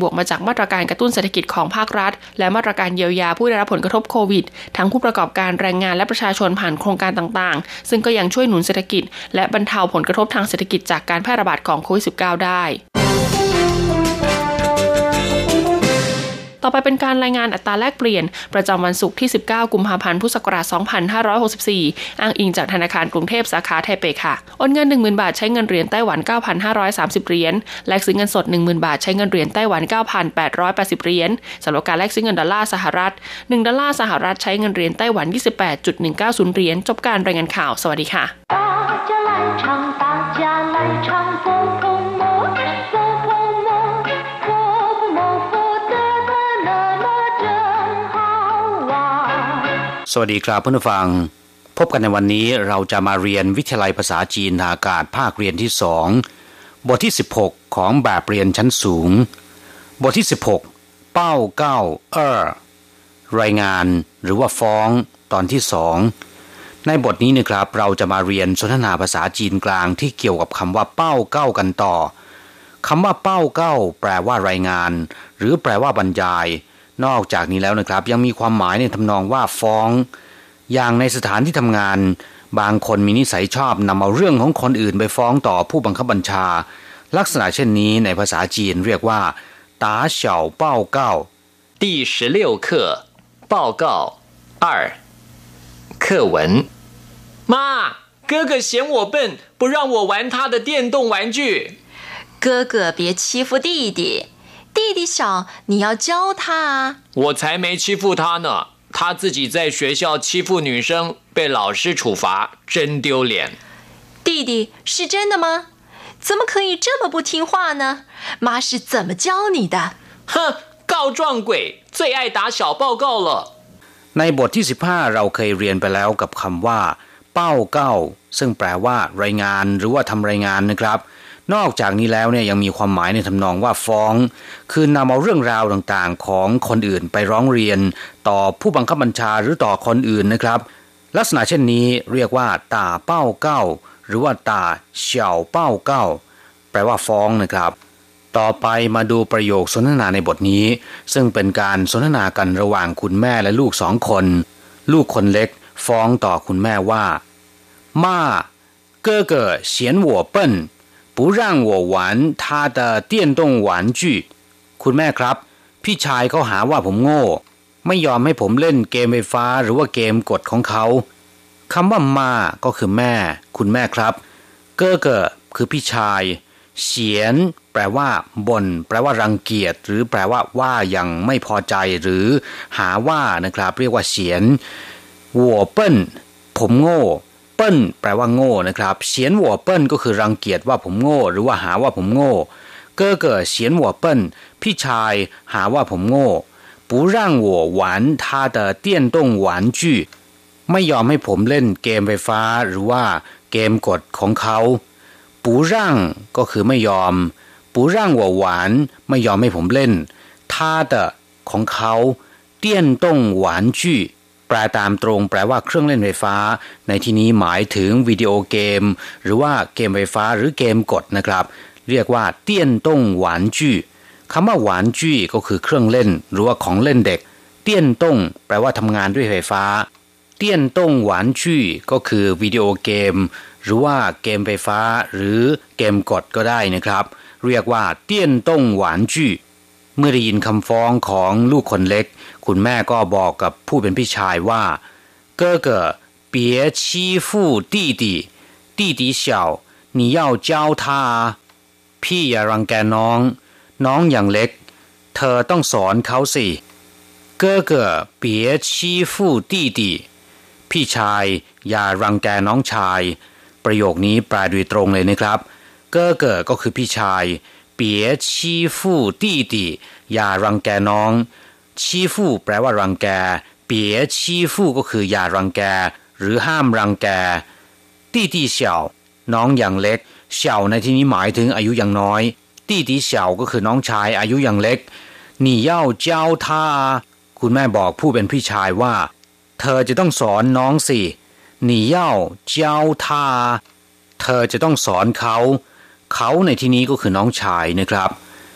มาตรการกระตุ้นเศรษฐกิจของภาครัฐและมาตรการเยียวยาผู้ได้รับผลกระทบโควิดทั้งผู้ประกอบการแรงงานและประชาชนผ่านโครงการต่างๆซึ่งก็ยังช่วยหนุนเศรษฐกิจและบรรเทาผลกระทบทางเศรษฐกิจจากการแพร่ระบาดของโควิด สิบเก้า ได้ต่อไปเป็นการรายงานอัตราแลกเปลี่ยนประจำวันศุกร์ที่สิบเก้ากุมภาพันธ์พุทธศักราชสองพันห้าร้อยหกสิบสี่อ้างอิงจากธนาคารกรุงเทพสาขาไทเปค่ะโอนเงิน หนึ่งหมื่น บาทใช้เงินเหรียญไต้หวัน เก้าพันห้าร้อยสามสิบ เหรียญแลกซื้อเงินสด หนึ่งหมื่น บาทใช้เงินเหรียญไต้หวัน เก้าพันแปดร้อยแปดสิบ เหรียญสำหรับการแลกซื้อเงินดอลลาร์สหรัฐหนึ่งดอลลาร์สหรัฐใช้เงินเหรียญไต้หวัน ยี่สิบแปดจุดหนึ่งเก้าศูนย์ เหรียญจบการรายงานข่าวสวัสดีค่ะสวัสดีครับเพื่อนผู้ฟังพบกันในวันนี้เราจะมาเรียนวิทยาลัยภาษาจีนทางอากาศภาคเรียนที่สองบทที่สิบหกของแบบเรียนชั้นสูงบทที่สิบหกเป้าเก้าเอ้อรายงานหรือว่าฟ้องตอนที่สองในบทนี้นะครับเราจะมาเรียนสนทนาภาษาจีนกลางที่เกี่ยวกับคำว่าเป้าเก้ากันต่อคำว่าเป้าเก้าแปลว่ารายงานหรือแปลว่าบรรยายนอกจากนี้แล้วนะครับยังมีความหมายในทำนองว่าฟ้องอย่างในสถานที่ทำงานบางคนมีนิสัยชอบนำเอาเรื่องของคนอื่นไปฟ้องต่อผู้บังคับบัญชาลักษณะเช่นนี้ในภาษาจีนเรียกว่า打小报告第十六课报告二课文妈哥哥嫌我笨不让我玩他的电动玩具哥哥别欺负弟弟弟弟小你要教他啊我才没欺负他呢他自己在学校欺负女生被老师处罚真丢脸弟弟是真的吗怎么可以这么不听话呢妈是怎么教你的哼告状鬼最爱打小报告了ในบทที่สิบห้าเราเคยเรียนไปแล้วกับคำว่าเป้าเก้าซึ่งแปลว่ารายงานหรือว่าทำรายงานนะครับนอกจากนี้แล้วเนี่ยยังมีความหมายในทำนองว่าฟ้องคือนำเอาเรื่องราวต่างๆของคนอื่นไปร้องเรียนต่อผู้บังคับบัญชาหรือต่อคนอื่นนะครับลักษณะเช่นนี้เรียกว่าต่าเป้าเก้าหรือว่าต่าเฉี่ยวเป้าเก้าแปลว่าฟ้องนะครับต่อไปมาดูประโยคสนทนาในบทนี้ซึ่งเป็นการสนทนากันระหว่างคุณแม่และลูกสองคนลูกคนเล็กฟ้องต่อคุณแม่ว่าม่า哥哥嫌我笨不让我玩他的电动玩具คุณแม่ครับพี่ชายเขาหาว่าผมโง่ไม่ยอมให้ผมเล่นเกมไฟฟ้าหรือว่าเกมกดของเขาคำว่ามาก็คือแม่คุณแม่ครับเก้อเก้อคือพี่ชายเฉียนแปลว่าบ่นแปลว่ารังเกียจหรือแปลว่าว่ายังไม่พอใจหรือหาว่านะครับเรียกว่าเฉียนหัวเปิ้นผมโง่เปิ้นแปลว่าโง่นะครับเฉียนหัวเปิ้นก็คือรังเกียจว่าผมโง่หรือว่าหาว่าผมโง่เก้อเก้อเฉียนหัวเปิ้นพี่ชายหาว่าผมโง่不让我玩他的电动玩具ไม่ยอมให้ผมเล่นเกมไฟฟ้าหรือว่าเกมกดของเขา不让ก็คือไม่ยอม不让我玩ไม่ยอมให้ผมเล่น他的ของเขา电动玩具แปลตามตรงแปลว่าเครื่องเล่นไฟฟ้าในที่นี้หมายถึงวิดีโอเกมหรือว่าเกมไฟฟ้าหรือเกมกดนะครับเรียกว่า电动玩具คำว่าหวานจี้ก็คือเครื่องเล่นหรือว่าของเล่นเด็กเตี้ยนต้งแปลว่าทำงานด้วยไฟฟ้าเตี้ยนต้งหวานจี้ก็คือวิดีโอเกมหรือว่าเกมไฟฟ้าหรือเกมกดก็ได้นะครับเรียกว่าเตี้ยนต้งหวานจี้เมื่อได้ยินคำฟ้องของลูกคนเล็กคุณแม่ก็บอกกับผู้เป็นพี่ชายว่า哥哥别欺负弟弟弟弟小你要教他พี่อย่ารังแกน้องน้องอย่างเล็กเธอต้องสอนเขาสิ哥哥别欺负弟弟พี่ชายอย่ารังแกน้องชายประโยคนี้แปลโดยตรงเลยนะครับ哥哥ก็คือพี่ชาย别欺负弟弟อย่ารังแกน้อง欺负แปลว่ารังแก别欺负ก็คืออย่ารังแกหรือห้ามรังแก弟弟小น้องอย่างเล็กเฉาในที่นี้หมายถึงอายุยังน้อย弟弟小ก็คือน้องชายอายุยังเล็ก你要教他คุณแม่บอกผู้เป็นพี่ชายว่าเธอจะต้องสอนน้องสิ你要教他เธอจะต้องสอนเขาเขาในที่นี้ก็คือน้องชายนะครับ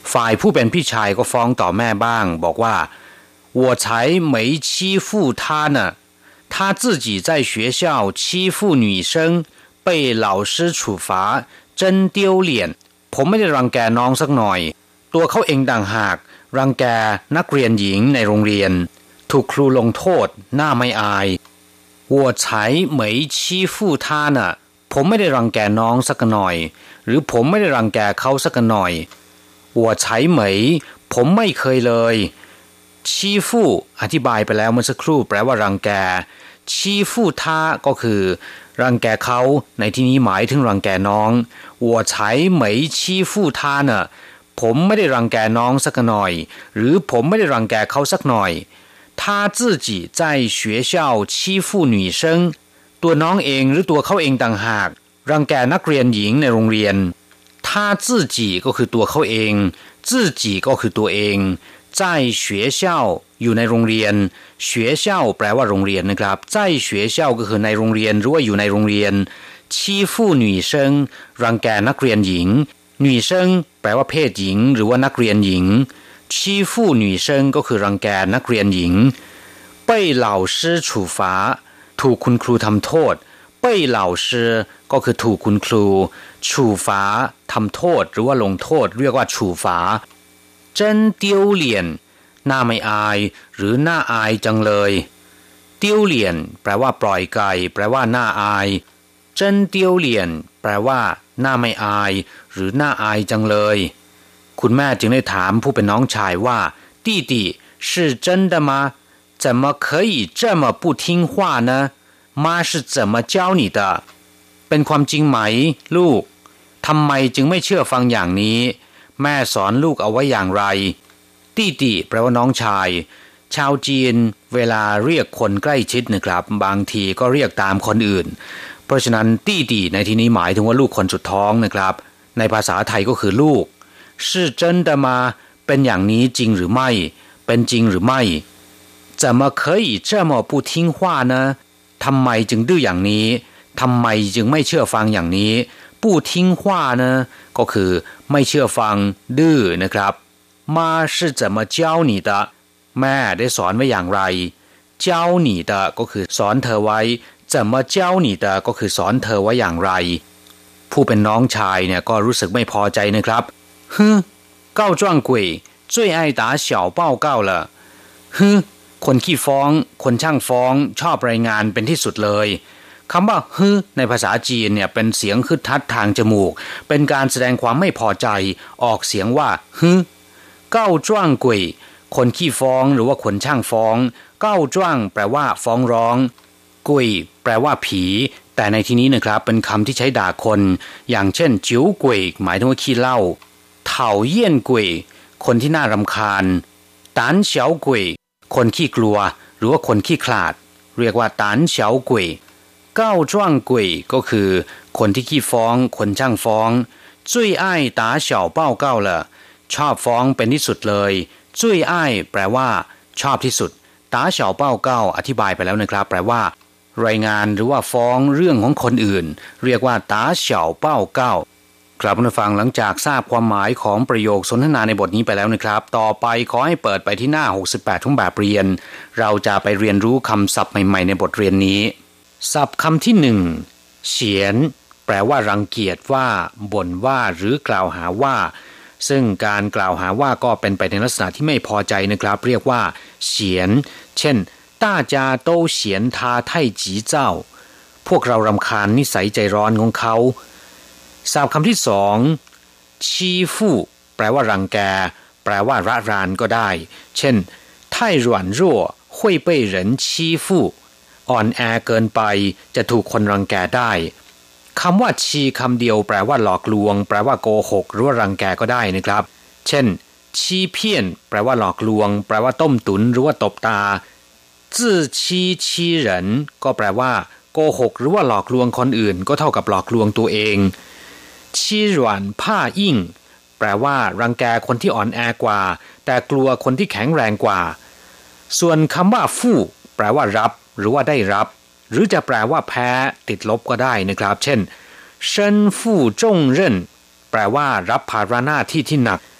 ฝ่ายผู้เป็นพี่ชายก็ฟ้องต่อแม่บ้างบอกว่า我才没欺负他呢他自己在学校欺负女生被老师处罚真丢脸ผมไม่ได้รังแกน้องสักหน่อยตัวเขาเองต่างหากรังแกนักเรียนหญิงในโรงเรียนถูกครูลงโทษหน้าไม่อาย我才没欺负他呢ผมไม่ได้รังแกน้องสักหน่อยหรือผมไม่ได้รังแกเขาสักหน่อย我才没ผมไม่เคยเลยชี้ฟู่อธิบายไปแล้วเมื่อสักครู่แปลว่ารังแกชี้ฟู่ท่าก็คือรังแกเขาในที่นี้หมายถึงรังแกน้อง我才没欺负他呢ผมไม่ได้รังแกน้องสักหน่อยหรือผมไม่ได้รังแกเขาสักหน่อย他自己在学校欺负女生ตัวน้องเองหรือตัวเขาเองต่างหากรังแกนักเรียนหญิงในโรงเรียน他自己ก็คือตัวเขาเอง自己ก็คือตัวเอง在学校อยู่ในโรงเรียน学校แปลว่าโรงเรียนนะครับ在学校ก็คือในโรงเรียนหรือว่าอยู่ในโรงเรียน欺负女生รังแกนักเรียนหญิง女生แปลว่าเพศหญิงหรือว่านักเรียนหญิง欺负女生ก็คือรังแกนักเรียนหญิง被老师处罚ถูกคุณครูทำโทษ被老师ก็คือถูกคุณครู处罚ทำโทษหรือว่าลงโทษเรียกว่า处罚真丢脸หน้าไม่อายหรือหน้าอายจังเลยเตี้ยวเหลียนแปลว่าปล่อยไก่แปลว่าหน้าอาย真丢脸แปลว่าหน้าไม่อายหรือหน้าอายจังเลยคุณแม่จึงได้ถามผู้เป็นน้องชายว่า弟弟是真的吗怎么可以这么不听话呢妈是怎么教你的เป็นความจริงไหมลูกทำไมจึงไม่เชื่อฟังอย่างนี้แม่สอนลูกเอาไว้อย่างไรตี้ตี้แปลว่าน้องชายชาวจีนเวลาเรียกคนใกล้ชิดนะครับบางทีก็เรียกตามคนอื่นเพราะฉะนั้นตี้ตี้ในที่นี้หมายถึงว่าลูกคนสุดท้องนะครับในภาษาไทยก็คือลูก是真的吗เป็นอย่างนี้จริงหรือไม่เป็นจริงหรือไม่怎么可以这么不听话呢ทำไมจึงดื้ออย่างนี้ทำไมจึงไม่เชื่อฟังอย่างนี้不听话呢ก็คือไม่เชื่อฟังดื้อนะครับ妈是怎么教你的แม่ได้สอนไว้อย่างไร教你的ก็คือสอนเธอไว้怎么教你的ก็คือสอนเธอไว้อย่างไรผู้เป็นน้องชายเนี่ยก็รู้สึกไม่พอใจนะครับฮึ告状鬼最爱打小报告了ฮึคนขี้ฟ้องคนช่างฟ้องชอบรายงานเป็นที่สุดเลยคำว่าฮึในภาษาจีนเนี่ยเป็นเสียงคึดทัดทางจมูกเป็นการแสดงความไม่พอใจออกเสียงว่าฮึเก้าจ้วงกุยคนขี้ฟ้องหรือว่าคนช่างฟ้องเก้าจ้วงแปลว่าฟ้องร้องกุยแปลว่าผีแต่ในที่นี้นะครับเป็นคำที่ใช้ด่าคนอย่างเช่นจิ๋วกุยหมายถึงว่าขี้เหล้าเถาเยี่ยนกุยคนที่น่ารำคาญตานเฉียวกุยคนขี้กลัวหรือว่าคนขี้ขลาดเรียกว่าตานเฉียวกุยเก้าจ้วงกุยก็คือคนที่ขี้ฟ้องคนช่างฟ้อง最爱打小报告了ชอบฟ้องเป็นที่สุดเลย最爱แปลว่าชอบที่สุด打小报告อธิบายไปแล้วนะครับแปลว่ารายงานหรือว่าฟ้องเรื่องของคนอื่นเรียกว่า打小报告ครับผู้ฟังหลังจากทราบความหมายของประโยคสนทนาในบทนี้ไปแล้วนะครับต่อไปขอให้เปิดไปที่หน้าหกสิบแปดของแบบเรียนเราจะไปเรียนรู้คำศัพท์ใหม่ๆในบทเรียนนี้ศัพท์คำที่หนึ่งเฉียนแปลว่ารังเกียจว่าบ่นว่าหรือกล่าวหาว่าซึ่งการกล่าวหาว่าก็เป็นไปในลักษณะที่ไม่พอใจนะครับเรียกว่าเฉียนเช่น大家都嫌他太急躁พวกเรารำคาญนิสัยใจร้อนของเขาศัพท์คำที่สองชี้ฟู่แปลว่ารังแกแปลว่าระรานก็ได้เช่น太软弱会被人欺负อ่อนแอเกินไปจะถูกคนรังแกได้คำว่าชีคำเดียวแปลว่าหลอกลวงแปลว่าโกหกหรือว่ารังแกก็ได้นะครับเช่นชี้เพี้ยนแปลว่าหลอกลวงแปลว่าต้มตุ๋นหรือว่าตบตาซื่อชี้ชี้เหรินก็แปลว่าโกหกหรือว่าหลอกลวงคนอื่นก็เท่ากับหลอกลวงตัวเองชี้หวานผ้าอิ่งแปลว่ารังแกคนที่อ่อนแอกว่าแต่กลัวคนที่แข็งแรงกว่าส่วนคำว่าฟู่แปลว่ารับหรือว่าได้รับหรือจะแปลว่าแพ้ติดลบก็ได้นะครับเช่นเซินฟู่จงเร่นแปลว่ารับภาระหน้าที่ที่หนัก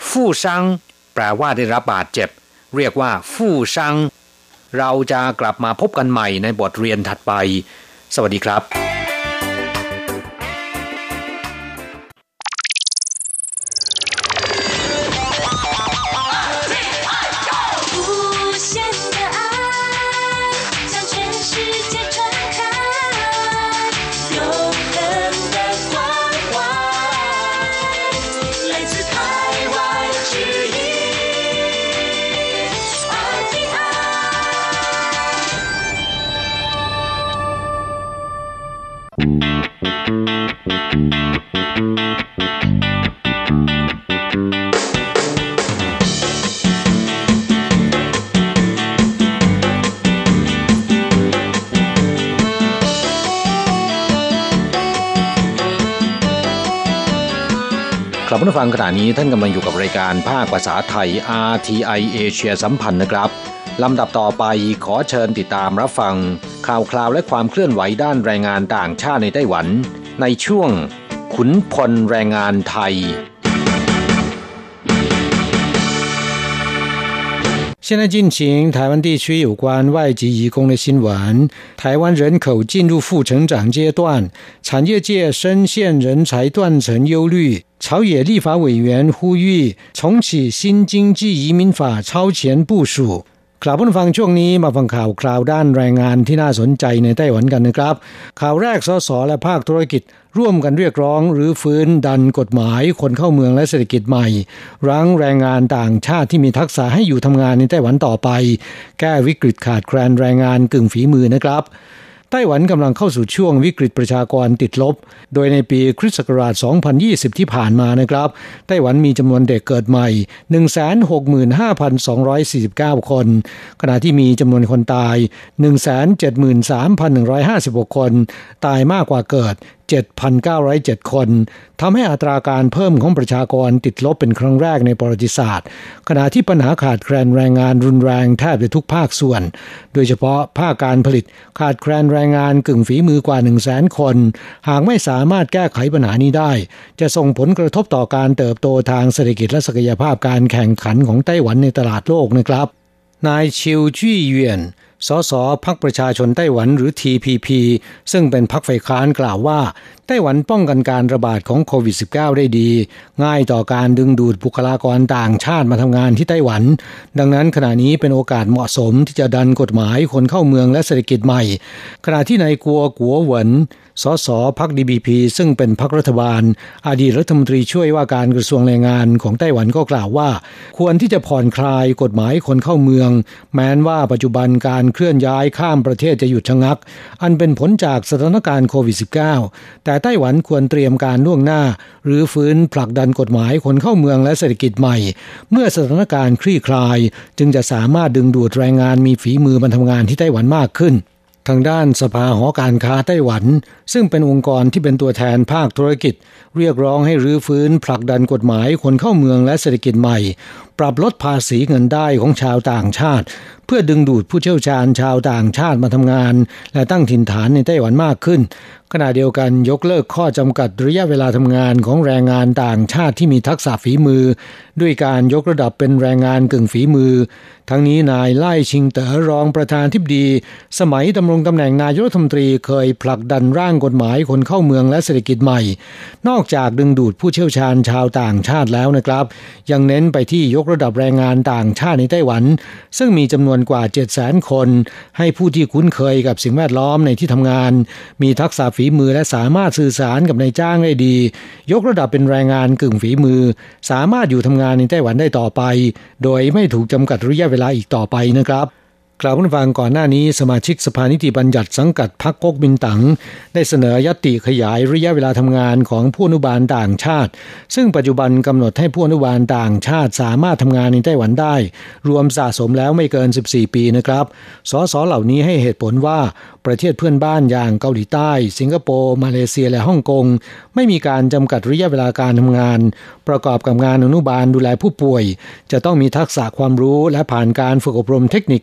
ฟู่ซังแปลว่าได้รับบาดเจ็บเรียกว่าฟู่ซังเราจะกลับมาพบกันใหม่ในบทเรียนถัดไปสวัสดีครับครับผู้ฟังขณะนี้ท่านกำลังอยู่กับรายการภาคภาษาไทย อาร์ ที ไอ เอเชียสัมพันธ์นะครับลำดับต่อไปขอเชิญติดตามรับฟังข่าวคราวและความเคลื่อนไหวด้านแรงงานต่างชาติในไต้หวันในช่วงขุนพลแรงงานไทย现在进行台湾地区有关外籍移工的新闻。台湾人口进入负成长阶段，产业界深陷人才断层忧虑。朝野立法委员呼吁重启新经济移民法超前部署ครับผู้ฟังช่วงนี้มาฟังข่าวคราวด้านแรงงานที่น่าสนใจในไต้หวันกันนะครับข่าวแรกสสและภาคธุรกิจร่วมกันเรียกร้องหรือฟื้นดันกฎหมายคนเข้าเมืองและเศรษฐกิจใหม่รั้งแรงงานต่างชาติที่มีทักษะให้อยู่ทำงานในไต้หวันต่อไปแก้วิกฤตขาดแคลนแรงงานกึ่งฝีมือนะครับไต้หวันกำลังเข้าสู่ช่วงวิกฤตประชากรติดลบโดยในปีคริสต์ศักราชสองพันยี่สิบที่ผ่านมานะครับไต้หวันมีจำนวนเด็กเกิดใหม่ หนึ่งแสนหกหมื่นห้าพันสองร้อยสี่สิบเก้า คนขณะที่มีจำนวนคนตาย หนึ่งแสนเจ็ดหมื่นสามพันหนึ่งร้อยห้าสิบหก คนตายมากกว่าเกิด เจ็ดพันเก้าร้อยเจ็ด คนทำให้อัตราการเพิ่มของประชากรติดลบเป็นครั้งแรกในประวัติศาสตร์ขณะที่ปัญหาขาดแคลนแรงงานรุนแรงแทบจะทุกภาคส่วนโดยเฉพาะภาคการผลิตขาดแคลนแรงงานกึ่งฝีมือกว่า หนึ่งแสน คนหากไม่สามารถแก้ไขปัญหานี้ได้จะส่งผลกระทบต่อการเติบโตทางเศรษฐกิจและศักยภาพการแข่งขันของไต้หวันในตลาดโลกนะครับนายชิวจี้เวียนสสพรรคประชาชนไต้หวันหรือ ที พี พี ซึ่งเป็นพรรคฝ่ายค้านกล่าวว่าไต้หวันป้องกันการระบาดของโควิด สิบเก้า ได้ดีง่ายต่อการดึงดูดบุคลากรต่างชาติมาทำงานที่ไต้หวันดังนั้นขณะนี้เป็นโอกาสเหมาะสมที่จะดันกฎหมายคนเข้าเมืองและเศรษฐกิจใหม่ขณะที่นายกัวกัวเหวินสสพรรค ดี บี พี ซึ่งเป็นพรรครัฐบาลอดีตรัฐมนตรีช่วยว่าการกระทรวงแรงงานของไต้หวันก็กล่าวว่าควรที่จะผ่อนคลายกฎหมายคนเข้าเมืองแม้นว่าปัจจุบันการเคลื่อนย้ายข้ามประเทศจะหยุดชะงักอันเป็นผลจากสถานการณ์โควิด สิบเก้า แต่ไต้หวันควรเตรียมการล่วงหน้าหรือฟื้นผลักดันกฎหมายคนเข้าเมืองและเศรษฐกิจใหม่เมื่อสถานการณ์คลี่คลายจึงจะสามารถดึงดูดแรงงานมีฝีมือมาทำงานที่ไต้หวันมากขึ้นทางด้านสภาหอการค้าไต้หวันซึ่งเป็นองค์กรที่เป็นตัวแทนภาคธุรกิจเรียกร้องให้รื้อฟื้นผลักดันกฎหมายคนเข้าเมืองและเศรษฐกิจใหม่ปรับลดภาษีเงินได้ของชาวต่างชาติเพื่อดึงดูดผู้เชี่ยวชาญชาวต่างชาติมาทำงานและตั้งถิ่นฐานในไต้หวันมากขึ้นขณะเดียวกันยกเลิกข้อจำกัดระยะเวลาทำงานของแรงงานต่างชาติที่มีทักษะฝีมือด้วยการยกระดับเป็นแรงงานกึ่งฝีมือทั้งนี้นายไล่ชิงเต๋อรองประธานธิบดีสมัยดำรงตำแหน่งนายกรัฐมนตรีเคยผลักดันร่างกฎหมายคนเข้าเมืองและเศรษฐกิจใหม่นอกจากดึงดูดผู้เชี่ยวชาญชาวต่างชาติแล้วนะครับยังเน้นไปที่ยกระดับแรงงานต่างชาติในไต้หวันซึ่งมีจำนวนกว่า เจ็ดแสน คนให้ผู้ที่คุ้นเคยกับสิ่งแวดล้อมในที่ทำงานมีทักษะฝีมือและสามารถสื่อสารกับนายจ้างได้ดียกระดับเป็นแรงงานกึ่งฝีมือสามารถอยู่ทำงานในไต้หวันได้ต่อไปโดยไม่ถูกจำกัดระยะเวลาอีกต่อไปนะครับกล่าวผู้ฟังก่อนหน้านี้สมาชิกสภานิติบัญญัติสังกัดพรรคก๊กมินตั๋งได้เสนอยติขยายระยะเวลาทำงานของผู้อนุบาลต่างชาติซึ่งปัจจุบันกำหนดให้ผู้อนุบาลต่างชาติสามารถทำงานในไต้หวันได้รวมสะสมแล้วไม่เกินสิบสี่ปีนะครับสสเหล่านี้ให้เหตุผลว่าประเทศเพื่อนบ้านอย่างเกาหลีใต้สิงคโปร์มาเลเซียและฮ่องกงไม่มีการจำกัดระยะเวลาการทำงานประกอบกับงานอนุบาลดูแลผู้ป่วยจะต้องมีทักษะความรู้และผ่านการฝึกอบรมเทคนิคการดูแล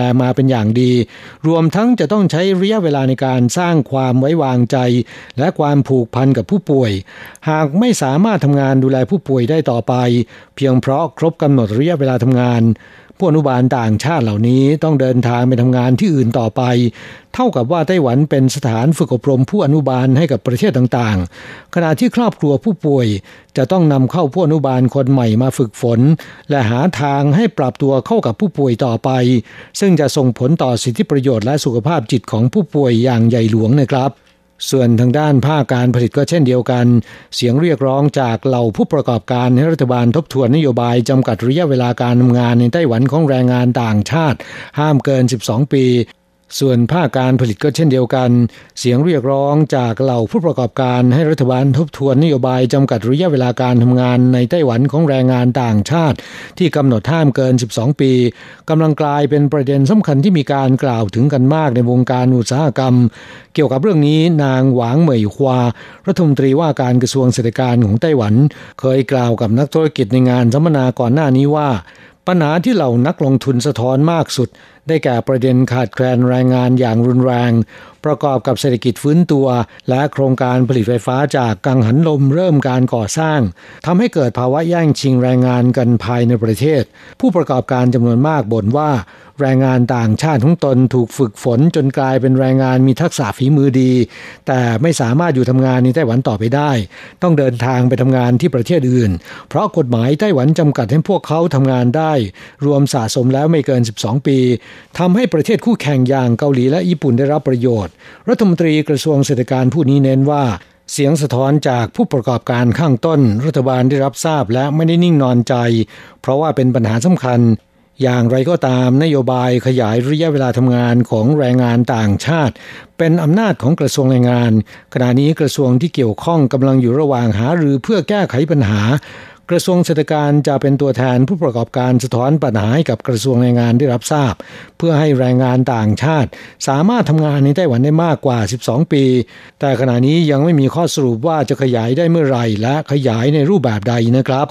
มาเป็นอย่างดีรวมทั้งจะต้องใช้ระยะเวลาในการสร้างความไว้วางใจและความผูกพันกับผู้ป่วยหากไม่สามารถทำงานดูแลผู้ป่วยได้ต่อไปเพียงเพราะครบกำหนดระยะเวลาทำงานผู้อนุบาลต่างชาติเหล่านี้ต้องเดินทางไปทำงานที่อื่นต่อไปเท่ากับว่าไต้หวันเป็นสถานฝึกอบรมผู้อนุบาลให้กับประเทศต่างๆขณะที่ครอบครัวผู้ป่วยจะต้องนำเข้าผู้อนุบาลคนใหม่มาฝึกฝนและหาทางให้ปรับตัวเข้ากับผู้ป่วยต่อไปซึ่งจะส่งผลต่อสิทธิประโยชน์และสุขภาพจิตของผู้ป่วยอย่างใหญ่หลวงนะครับส่วนทางด้านภาคการผลิตก็เช่นเดียวกันเสียงเรียกร้องจากเหล่าผู้ประกอบการให้รัฐบาลทบทวนนโยบายจำกัดระยะเวลาการทำงานในไต้หวันของแรงงานต่างชาติห้ามเกินสิบสองปีส่วนภาคการผลิตก็เช่นเดียวกันเสียงเรียกร้องจากเหล่าผู้ประกอบการให้รัฐบาลทบทวนนโยบายจำกัดระยะเวลาการทำงานในไต้หวันของแรงงานต่างชาติที่กำหนดห้ามเกินสิบสองปีกำลังกลายเป็นประเด็นสำคัญที่มีการกล่าวถึงกันมากในวงการอุตสาหกรรมเกี่ยวกับเรื่องนี้นางหวางเหมยฮวารัฐมนตรีว่าการกระทรวงเศรษฐกิจของไต้หวันเคยกล่าวกับนักธุรกิจในงานสัมมนาก่อนหน้านี้ว่าปัญหาที่เหล่านักลงทุนสะท้อนมากสุดได้แก่ประเด็นขาดแคลนแรงงานอย่างรุนแรงประกอบกับเศรษฐกิจฟื้นตัวและโครงการผลิตไฟฟ้าจากกังหันลมเริ่มการก่อสร้างทำให้เกิดภาวะแย่งชิงแรงงานกันภายในประเทศผู้ประกอบการจำนวนมากบ่นว่าแรงงานต่างชาติของตนถูกฝึกฝนจนกลายเป็นแรงงานมีทักษะฝีมือดีแต่ไม่สามารถอยู่ทำงานในไต้หวันต่อไปได้ต้องเดินทางไปทำงานที่ประเทศอื่นเพราะกฎหมายไต้หวันจำกัดให้พวกเขาทำงานได้รวมสะสมแล้วไม่เกินสิบสองปีทำให้ประเทศคู่แข่งอย่างเกาหลีและญี่ปุ่นได้รับประโยชน์รัฐมนตรีกระทรวงเศรษฐกิจผู้นี้เน้นว่าเสียงสะท้อนจากผู้ประกอบการข้างต้นรัฐบาลได้รับทราบและไม่ได้นิ่งนอนใจเพราะว่าเป็นปัญหาสำคัญอย่างไรก็ตามนโยบายขยายระยะเวลาทำงานของแรงงานต่างชาติเป็นอำนาจของกระทรวงแรงงานขณะนี้กระทรวงที่เกี่ยวข้องกำลังอยู่ระหว่างหารือเพื่อแก้ไขปัญหากระทรวงเศรษฐกิจจะเป็นตัวแทนผู้ประกอบการสะท้อนปัญหาให้กับกระทรวงแรงงานได้รับทราบเพื่อให้แรงงานต่างชาติสามารถทำงานในไต้หวันได้มากกว่าสิบสองปีแต่ขณะนี้ยังไม่มีข้อสรุปว่าจะขยายได้เมื่อไหร่และขยายในรูปแบบใดนะครับ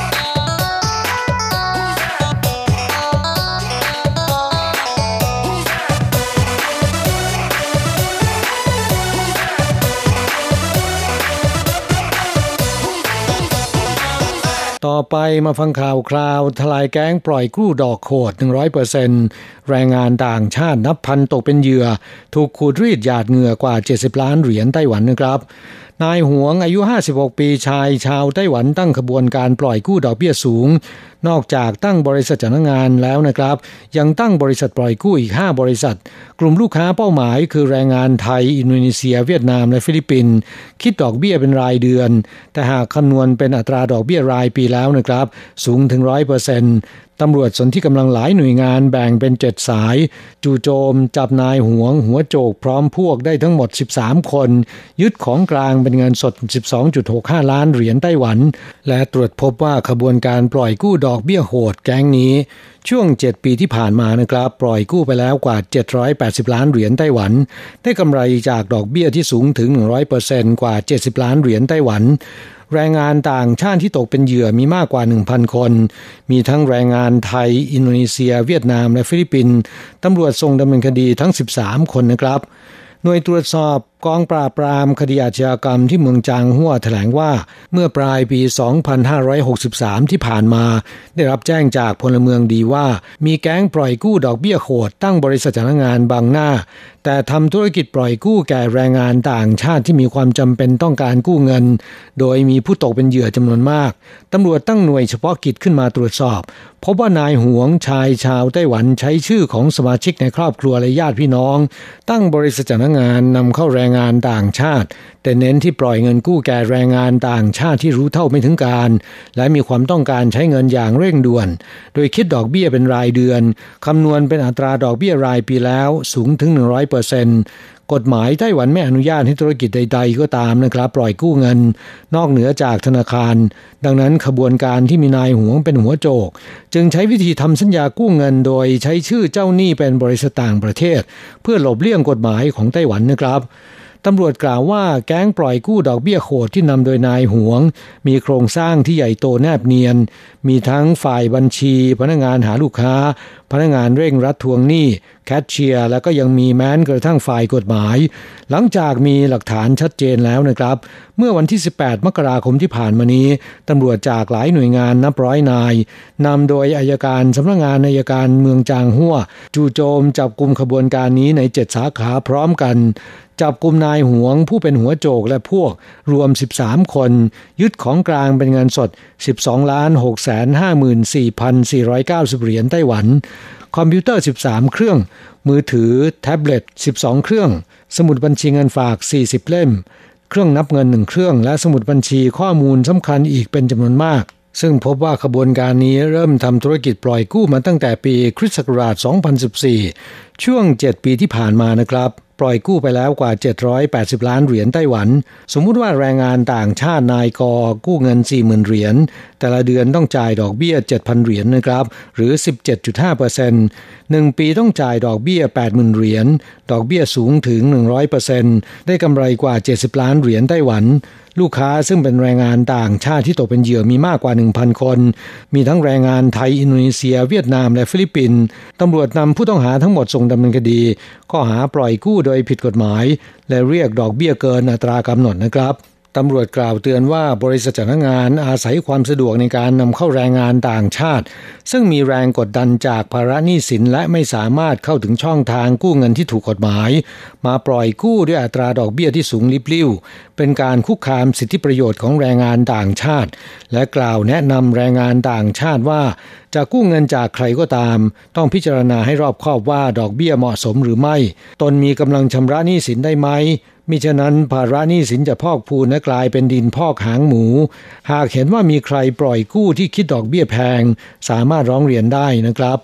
ต่อไปมาฟังข่าวคราวทลายแก๊งปล่อยกู้ดอกโหด หนึ่งร้อยเปอร์เซ็นต์ แรงงานต่างชาตินับพันตกเป็นเหยื่อถูกขูดรีดหยาดเหงื่อกว่าเจ็ดสิบล้านเหรียญไต้หวันนะครับนายหวงอายุห้าสิบหกปีชายชาวไต้หวันตั้งขบวนการปล่อยกู้ดอกเบี้ยสูงนอกจากตั้งบริษัทจ้างงานแล้วนะครับยังตั้งบริษัทปล่อยกู้อีกห้าบริษัทกลุ่มลูกค้าเป้าหมายคือแรงงานไทยอินโดนีเซียเวียดนามและฟิลิปปินส์คิดดอกเบี้ยเป็นรายเดือนแต่หากคำนวณเป็นอัตราดอกเบี้ยรายปีแล้วนะครับสูงถึง ร้อยเปอร์เซ็นต์ตำรวจสนที่กำลังหลายหน่วยงานแบ่งเป็นเจ็ดสายจู่โจมจับนายหวงหัวโจกพร้อมพวกได้ทั้งหมดสิบสามคนยึดของกลางเป็นเงินสด สิบสองจุดหกห้า ล้านเหรียญไต้หวันและตรวจพบว่าขบวนการปล่อยกู้ดอกเบี้ยโหดแก๊งนี้ช่วงเจ็ดปีที่ผ่านมานะครับปล่อยกู้ไปแล้วกว่าเจ็ดร้อยแปดสิบล้านเหรียญไต้หวันได้กำไรจากดอกเบี้ยที่สูงถึง หนึ่งร้อยเปอร์เซ็นต์ กว่าเจ็ดสิบล้านเหรียญไต้หวันแรงงานต่างชาติที่ตกเป็นเหยื่อมีมากกว่า หนึ่งพัน คนมีทั้งแรงงานไทยอินโดนีเซียเวียดนามและฟิลิปปินส์ตำรวจส่งดำเนินคดีทั้งสิบสามคนนะครับหน่วยตรวจสอบกองปราบปรามคดีอาชญากรรมที่เมืองจางฮั่วแถลงว่าเมื่อปลายปี สองพันห้าร้อยหกสิบสาม ที่ผ่านมาได้รับแจ้งจากพลเมืองดีว่ามีแก๊งปล่อยกู้ดอกเบี้ยโหดตั้งบริษัทจ้างงานบางหน้าแต่ทำธุรกิจปล่อยกู้แก่แรงงานต่างชาติที่มีความจำเป็นต้องการกู้เงินโดยมีผู้ตกเป็นเหยื่อจำนวนมากตำรวจตั้งหน่วยเฉพาะกิจขึ้นมาตรวจสอบพบว่านายหวงชายชาวไต้หวันใช้ชื่อของสมาชิกในครอบครัวและญาติพี่น้องตั้งบริษัทจ้างงานนำเข้าแรงงานต่างชาติแต่เน้นที่ปล่อยเงินกู้แก่แรงงานต่างชาติที่รู้เท่าไม่ถึงการและมีความต้องการใช้เงินอย่างเร่งด่วนโดยคิดดอกเบี้ยเป็นรายเดือนคำนวณเป็นอัตราดอกเบี้ยรายปีแล้วสูงถึง หนึ่งร้อยเปอร์เซ็นต์ กฎหมายไต้หวันไม่อนุญาตให้ธุรกิจใดๆก็ตามนะครับปล่อยกู้เงินนอกเหนือจากธนาคารดังนั้นขบวนการที่มีนายหวงเป็นหัวโจกจึงใช้วิธีทำสัญญากู้เงินโดยใช้ชื่อเจ้าหนี้เป็นบริษัทต่างประเทศเพื่อหลบเลี่ยงกฎหมายของไต้หวันนะครับตำรวจกล่าวว่าแก๊งปล่อยกู้ดอกเบี้ยโหดที่นำโดยนายหวงมีโครงสร้างที่ใหญ่โตแนบเนียนมีทั้งฝ่ายบัญชีพนักงานหาลูกค้าพนักงานเร่งรัดทวงหนี้แคชเชียร์แล้วก็ยังมีแม้กระทั่งฝ่ายกฎหมายหลังจากมีหลักฐานชัดเจนแล้วนะครับเมื่อวันที่สิบแปดมกราคมที่ผ่านมานี้ตำรวจจากหลายหน่วยงานนับร้อยนายนำโดยอัยการสำนักงานอัยการเมืองจางฮั่วจู่โจมจับกุมขบวนการนี้ในเจ็ดสาขาพร้อมกันจับกุมนายหวงผู้เป็นหัวโจกและพวกรวมสิบสามคนยึดของกลางเป็นเงินสด สิบสองล้านหกแสนห้าหมื่นสี่พันสี่ร้อยเก้าสิบ เหรียญไต้หวันคอมพิวเตอร์สิบสามเครื่องมือถือแท็บเล็ตสิบสองเครื่องสมุดบัญชีเงินฝากสี่สิบเล่มเครื่องนับเงินหนึ่งเครื่องและสมุดบัญชีข้อมูลสำคัญอีกเป็นจำนวนมากซึ่งพบว่าขบวนการนี้เริ่มทำธุรกิจปล่อยกู้มาตั้งแต่ปีคริสต์ศักราชสองพันสิบสี่ช่วงเจ็ดปีที่ผ่านมานะครับปล่อยกู้ไปแล้วกว่าเจ็ดร้อยแปดสิบล้านเหรียญไต้หวันสมมุติว่าแรงงานต่างชาตินายกกู้เงิน สี่หมื่น เหรียญแต่ละเดือนต้องจ่ายดอกเบี้ย เจ็ดพัน เหรียญนะครับหรือ สิบเจ็ดจุดห้าเปอร์เซ็นต์ หนึ่งปีต้องจ่ายดอกเบี้ย แปดหมื่น เหรียญดอกเบี้ยสูงถึง หนึ่งร้อยเปอร์เซ็นต์ ได้กำไรกว่าเจ็ดสิบล้านเหรียญไต้หวันลูกค้าซึ่งเป็นแรงงานต่างชาติที่ตกเป็นเหยื่อมีมากกว่า หนึ่งพัน คนมีทั้งแรงงานไทยอินโดนีเซียเวียดนามและฟิลิปปินส์ตำรวจนำผู้ต้องหาทั้งหมดส่งดำเนินคดีข้อหาปล่อยกู้โดยผิดกฎหมายและเรียกดอกเบี้ยเกินอัตรากำหนดนะครับตำรวจกล่าวเตือนว่าบริษัทจ้างงานอาศัยความสะดวกในการนำเข้าแรงงานต่างชาติซึ่งมีแรงกดดันจากภาระหนี้สินและไม่สามารถเข้าถึงช่องทางกู้เงินที่ถูกกฎหมายมาปล่อยกู้ด้วยอัตราดอกเบี้ยที่สูงลิบลิ่วเป็นการคุกคามสิทธิประโยชน์ของแรงงานต่างชาติและกล่าวแนะนำแรงงานต่างชาติว่าจะกู้เงินจากใครก็ตามต้องพิจารณาให้รอบคอบว่าดอกเบี้ยเหมาะสมหรือไม่ตนมีกำลังชำระหนี้สินได้ไหมมิฉะนั้นภาระหนี้สินจะพอกพูนและกลายเป็นดินพอกหางหมูหากเห็นว่ามีใครปล่อยกู้ที่คิดดอกเบี้ยแพงสามารถร้องเรียนได้นะครับ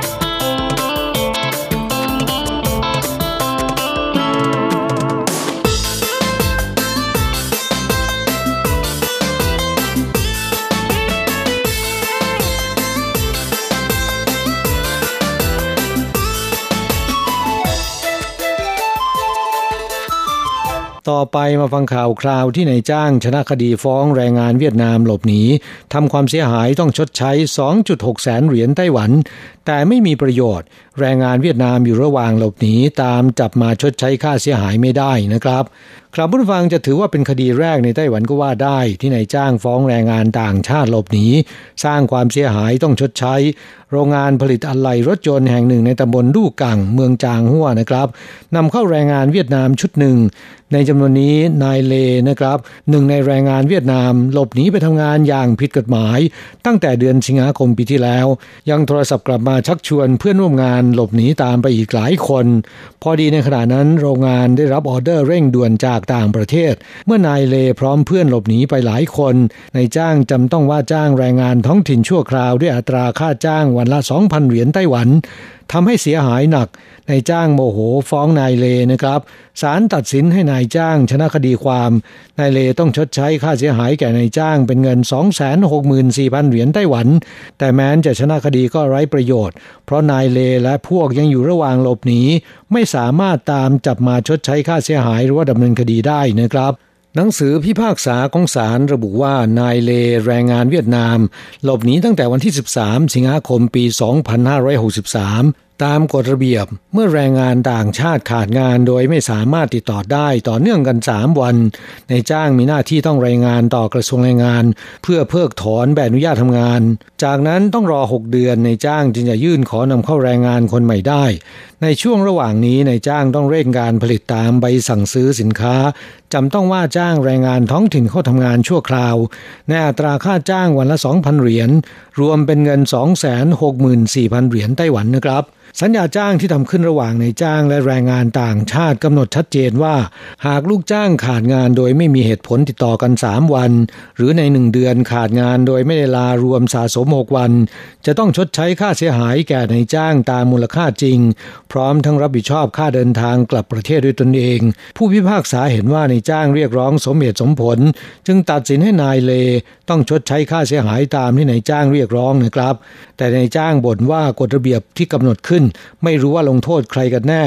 ต่อไปมาฟังข่าวคราวที่นายจ้างชนะคดีฟ้องแรงงานเวียดนามหลบหนีทำความเสียหายต้องชดใช้ สองจุดหก แสนเหรียญไต้หวันแต่ไม่มีประโยชน์แรงงานเวียดนามอยู่ระหว่างหลบหนีตามจับมาชดใช้ค่าเสียหายไม่ได้นะครับครับผู้ฟังจะถือว่าเป็นคดีแรกในไต้หวันก็ว่าได้ที่นายจ้างฟ้องแรงงานต่างชาติหลบหนีสร้างความเสียหายต้องชดใช้โรงงานผลิตอะไหล่รถยนต์แห่งหนึ่งในตำบลลู่กังเมืองจางฮั่วนะครับนำเข้าแรงงานเวียดนามชุดหนึ่งในจำนวนนี้นายเลนะครับหนึ่งในแรงงานเวียดนามหลบหนีไปทำงานอย่างผิดกฎหมายตั้งแต่เดือนสิงหาคมปีที่แล้วยังโทรศัพท์กลับมาชักชวนเพื่อนร่วมงานหลบหนีตามไปอีกหลายคนพอดีในขณะนั้นโรงงานได้รับออเดอร์เร่งด่วนจากต่างประเทศเมื่อนายเลพร้อมเพื่อนหลบหนีไปหลายคนนายจ้างจำต้องว่าจ้างแรงงานท้องถิ่นชั่วคราวด้วยอัตราค่าจ้างวันละ สองพัน เหรียญไต้หวันทำให้เสียหายหนักนายจ้างโมโหฟ้องนายเลนะครับศาลตัดสินให้นายจ้างชนะคดีความนายเลต้องชดใช้ค่าเสียหายแก่นายจ้างเป็นเงิน สองแสนหกหมื่นสี่พัน เหรียญไต้หวันแต่แม้นจะชนะคดีก็ไร้ประโยชน์เพราะนายเลและพวกยังอยู่ระหว่างหลบหนีไม่สามารถตามจับมาชดใช้ค่าเสียหายหรือว่าดำเนินคดีได้นะครับหนังสือพิพากษาของศาลระบุว่านายเลแรงงานเวียดนามหลบหนีตั้งแต่วันที่สิบสามสิงหาคมปีสองพันห้าร้อยหกสิบสามตามกฎระเบียบเมื่อแรงงานต่างชาติขาดงานโดยไม่สามารถติดต่อได้ต่อเนื่องกันสามวันนายจ้างมีหน้าที่ต้องรายงานต่อกระทรวงแรงงานเพื่อเพิกถอนใบอนุญาตทำงานจากนั้นต้องรอหกเดือนนายจ้างจึงจะยื่นขอนำเข้าแรงงานคนใหม่ได้ในช่วงระหว่างนี้นายจ้างต้องเร่งการผลิตตามใบสั่งซื้อสินค้าจำต้องว่าจ้างแรงงานท้องถิ่นเข้าทำงานชั่วคราวในอัตราค่าจ้างวันละ สองพัน เหรียญรวมเป็นเงิน สองแสนหกหมื่นสี่พัน เหรียญไต้หวันนะครับสัญญาจ้างที่ทำขึ้นระหว่างนายจ้างและแรงงานต่างชาติกำหนดชัดเจนว่าหากลูกจ้างขาดงานโดยไม่มีเหตุผลติดต่อกันสามวันหรือในหนึ่งเดือนขาดงานโดยไม่ได้ลารวมสะสมหกวันจะต้องชดใช้ค่าเสียหายแก่นายจ้างตามมูลค่าจริงพร้อมทั้งรับผิดชอบค่าเดินทางกลับประเทศด้วยตนเองผู้พิพากษาเห็นว่านายจ้างเรียกร้องสมเหตุสมผลจึงตัดสินให้นายเลต้องชดใช้ค่าเสียหายตามที่นายจ้างเรียกร้องนะครับแต่นายจ้างบ่นว่ากฎระเบียบที่กำหนดขึ้นไม่รู้ว่าลงโทษใครกันแน่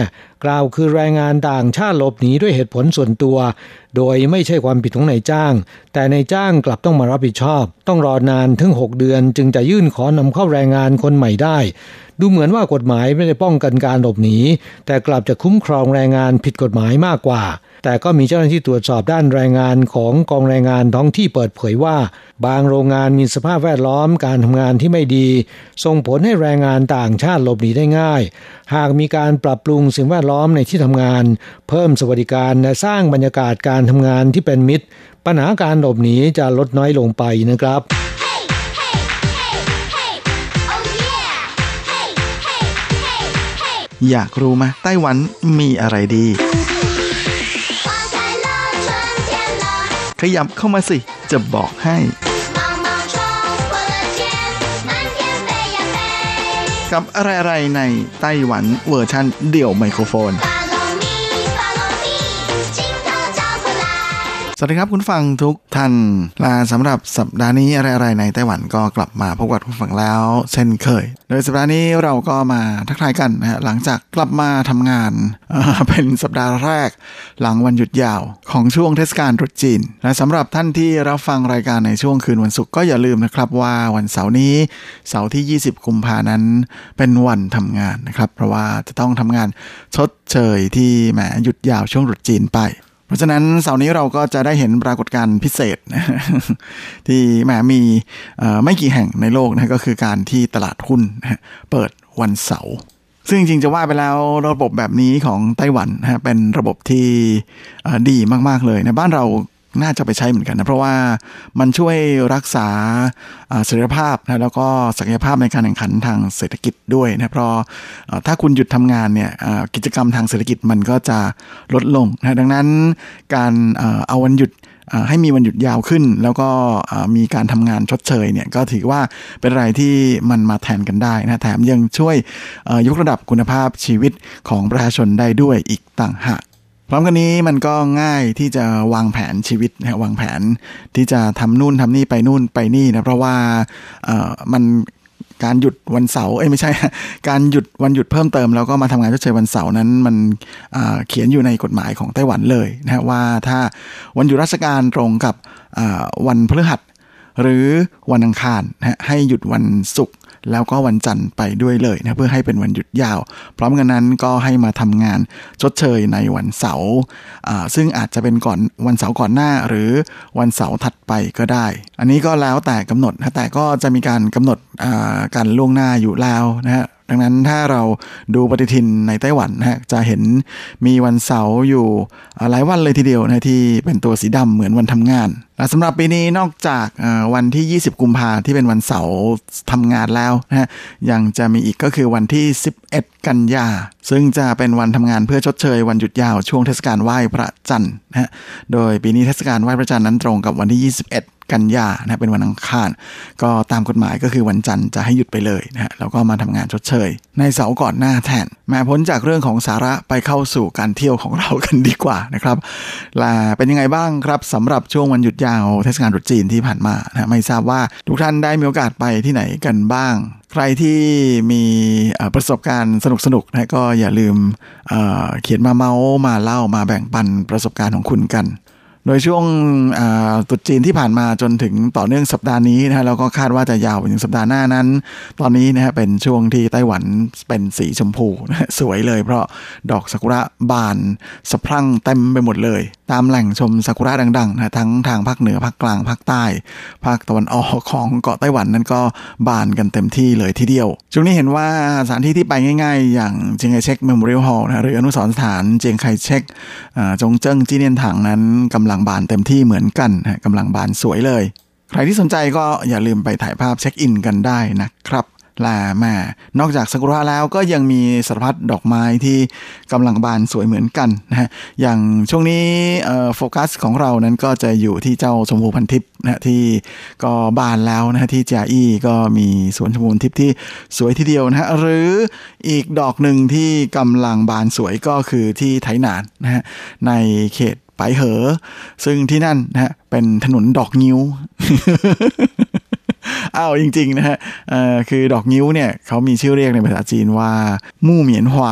กล่าวคือแรงงานต่างชาติหลบหนีด้วยเหตุผลส่วนตัวโดยไม่ใช่ความผิดของนายจ้างแต่นายจ้างกลับต้องมารับผิดชอบต้องรอนานถึงหกเดือนจึงจะยื่นขอนำเข้าแรงงานคนใหม่ได้ดูเหมือนว่ากฎหมายไม่ได้ป้องกันการหลบหนีแต่กลับจะคุ้มครองแรงงานผิดกฎหมายมากกว่าแต่ก็มีเจ้าหน้าที่ตรวจสอบด้านแรงงานของกองแรงงานท้องที่เปิดเผยว่าบางโรงงานมีสภาพแวดล้อมการทำงานที่ไม่ดีส่งผลให้แรงงานต่างชาติหลบหนีได้ง่ายหากมีการปรับปรุงสิ่งแวดล้อมในที่ทำงานเพิ่มสวัสดิการและสร้างบรรยากาศการทำงานที่เป็นมิตรปัญหาการหลบหนีจะลดน้อยลงไปนะครับอยากรู้ไหมไต้หวันมีอะไรดีขยับเข้ามาสิจะบอกให้กับอะไรๆในไต้หวันเวอร์ชันเดี่ยวไมโครโฟนสวัสดีครับคุณฟังทุกท่านและสำหรับสัปดาห์นี้อะไรๆในไต้หวันก็กลับมาพบกับคุณฟังแล้วเช่นเคยโดยสัปดาห์นี้เราก็มาทักทายกันนะฮะหลังจากกลับมาทำงานเป็นสัปดาห์แรกหลังวันหยุดยาวของช่วงเทศกาลตรุษจีนและสำหรับท่านที่รับฟังรายการในช่วงคืนวันศุกร์ก็อย่าลืมนะครับว่าวันเสาร์นี้เสาร์ที่ยี่สิบกุมภาพันธ์นั้นเป็นวันทำงานนะครับเพราะว่าจะต้องทำงานชดเชยที่แหมหยุดยาวช่วงตรุษจีนไปเพราะฉะนั้นเสาร์นี้เราก็จะได้เห็นปรากฏการณ์พิเศษนะที่แหมมีไม่กี่แห่งในโลกนะก็คือการที่ตลาดหุ้นเปิดวันเสาร์ซึ่งจริงๆจะว่าไปแล้วระบบแบบนี้ของไต้หวันนะเป็นระบบที่ดีมากๆเลยนะบ้านเราน่าจะไปใช้เหมือนกันนะเพราะว่ามันช่วยรักษาเสถียรภาพนะแล้วก็ศักยภาพในการแข่งขันทางเศรษฐกิจด้วยนะเพราะถ้าคุณหยุดทำงานเนี่ยกิจกรรมทางเศรษฐกิจมันก็จะลดลงนะดังนั้นการเอาวันหยุดให้มีวันหยุดยาวขึ้นแล้วก็มีการทำงานชดเชยเนี่ยก็ถือว่าเป็นอะไรที่มันมาแทนกันได้นะแถมยังช่วยยกระดับคุณภาพชีวิตของประชาชนได้ด้วยอีกต่างหากพร้อมกันนี้มันก็ง่ายที่จะวางแผนชีวิตนะวางแผนที่จะทำนู่นทำนี่ไปนู่นไปนี่นะเพราะว่าเอ่อมันการหยุดวันเสาร์เอ้ยไม่ใช่การหยุดวันหยุดเพิ่มเติมแล้วก็มาทำงานชดเชยวันเสาร์นั้นมันเขียนอยู่ในกฎหมายของไต้หวันเลยนะว่าถ้าวันหยุดราชการตรงกับวันพฤหัสหรือวันอังคารนะให้หยุดวันศุกร์แล้วก็วันจันทร์ไปด้วยเลยนะเพื่อให้เป็นวันหยุดยาวพร้อมกันนั้นก็ให้มาทำงานชดเชยในวันเสาร์ซึ่งอาจจะเป็นก่อนวันเสาร์ก่อนหน้าหรือวันเสาร์ถัดไปก็ได้อันนี้ก็แล้วแต่กำหนดนะแต่ก็จะมีการกำหนดการล่วงหน้าอยู่แล้วนะฮะดังนั้นถ้าเราดูปฏิทินในไต้หวันนะฮะจะเห็นมีวันเสาร์อยู่หลายวันเลยทีเดียวนะที่เป็นตัวสีดำเหมือนวันทำงานและสำหรับปีนี้นอกจากวันที่ยี่สิบกุมภาพันธ์ที่เป็นวันเสาร์ทำงานแล้วนะฮะยังจะมีอีกก็คือวันที่สิบเอ็ดกันยาซึ่งจะเป็นวันทำงานเพื่อชดเชยวันหยุดยาวช่วงเทศกาลไหว้พระจันทร์นะฮะโดยปีนี้เทศกาลไหว้พระจันทร์นั้นตรงกับวันที่ยี่สิบเอ็ดกันยานะเป็นวันอังคารก็ตามกฎหมายก็คือวันจันทร์จะให้หยุดไปเลยนะฮะแล้วก็มาทำงานชดเชยในเสาร์ก่อนหน้าแทนมาพ้นจากเรื่องของสาระไปเข้าสู่การเที่ยวของเรากันดีกว่านะครับและเป็นยังไงบ้างครับสำหรับช่วงวันหยุดยาวเทศกาลตรุษจีนที่ผ่านมานะไม่ทราบว่าทุกท่านได้มีโอกาสไปที่ไหนกันบ้างใครที่มีประสบการณ์สนุกๆนะก็อย่าลืม เอ่อ เขียนมาเมาส์มาเล่ามาแบ่งปันประสบการณ์ของคุณกันโดยช่วงตรุษจีนที่ผ่านมาจนถึงต่อเนื่องสัปดาห์นี้นะฮะแล้วก็คาดว่าจะยาวไปถึงสัปดาห์หน้านั้นตอนนี้นะฮะเป็นช่วงที่ไต้หวันเป็นสีชมพูนะสวยเลยเพราะดอกซากุระบานสะพรั่งเต็มไปหมดเลยตามแหล่งชมซากุระดังๆนะทั้งทางภาคเหนือภาคกลางภาคใต้ภาคตะวันออกของเกาะไต้หวันนั้นก็บานกันเต็มที่เลยทีเดียวช่วงนี้เห็นว่าสถานที่ที่ไปง่ายๆอย่างเจียงไคเชกเมโมเรียลฮอลล์นะหรืออนุสรณ์สถานเจียงไคเชกจงเจิ้งจี้เนียนถังนั้นกำลังบานเต็มที่เหมือนกันนะกำลังบานสวยเลยใครที่สนใจก็อย่าลืมไปถ่ายภาพเช็คอินกันได้นะครับและแม่นอกจากซากุระแล้วก็ยังมีสารพัดดอกไม้ที่กำลังบานสวยเหมือนกันนะฮะอย่างช่วงนี้โฟกัสของเรานั้นก็จะอยู่ที่เจ้าชมพูพันทิพย์นะที่ก็บานแล้วนะฮะที่จาอี้ก็มีสวนชมพูพันทิพย์ที่สวยทีเดียวนะฮะหรืออีกดอกหนึ่งที่กำลังบานสวยก็คือที่ไถหนานนะฮะในเขตไปเหอซึ่งที่นั่นนะฮะเป็นถนนดอกงิ้ว อ้าวจริงๆนะฮะคือดอกงิ้วเนี่ยเขามีชื่อเรียกในภาษาจีนว่ามู่เหมียนฮวา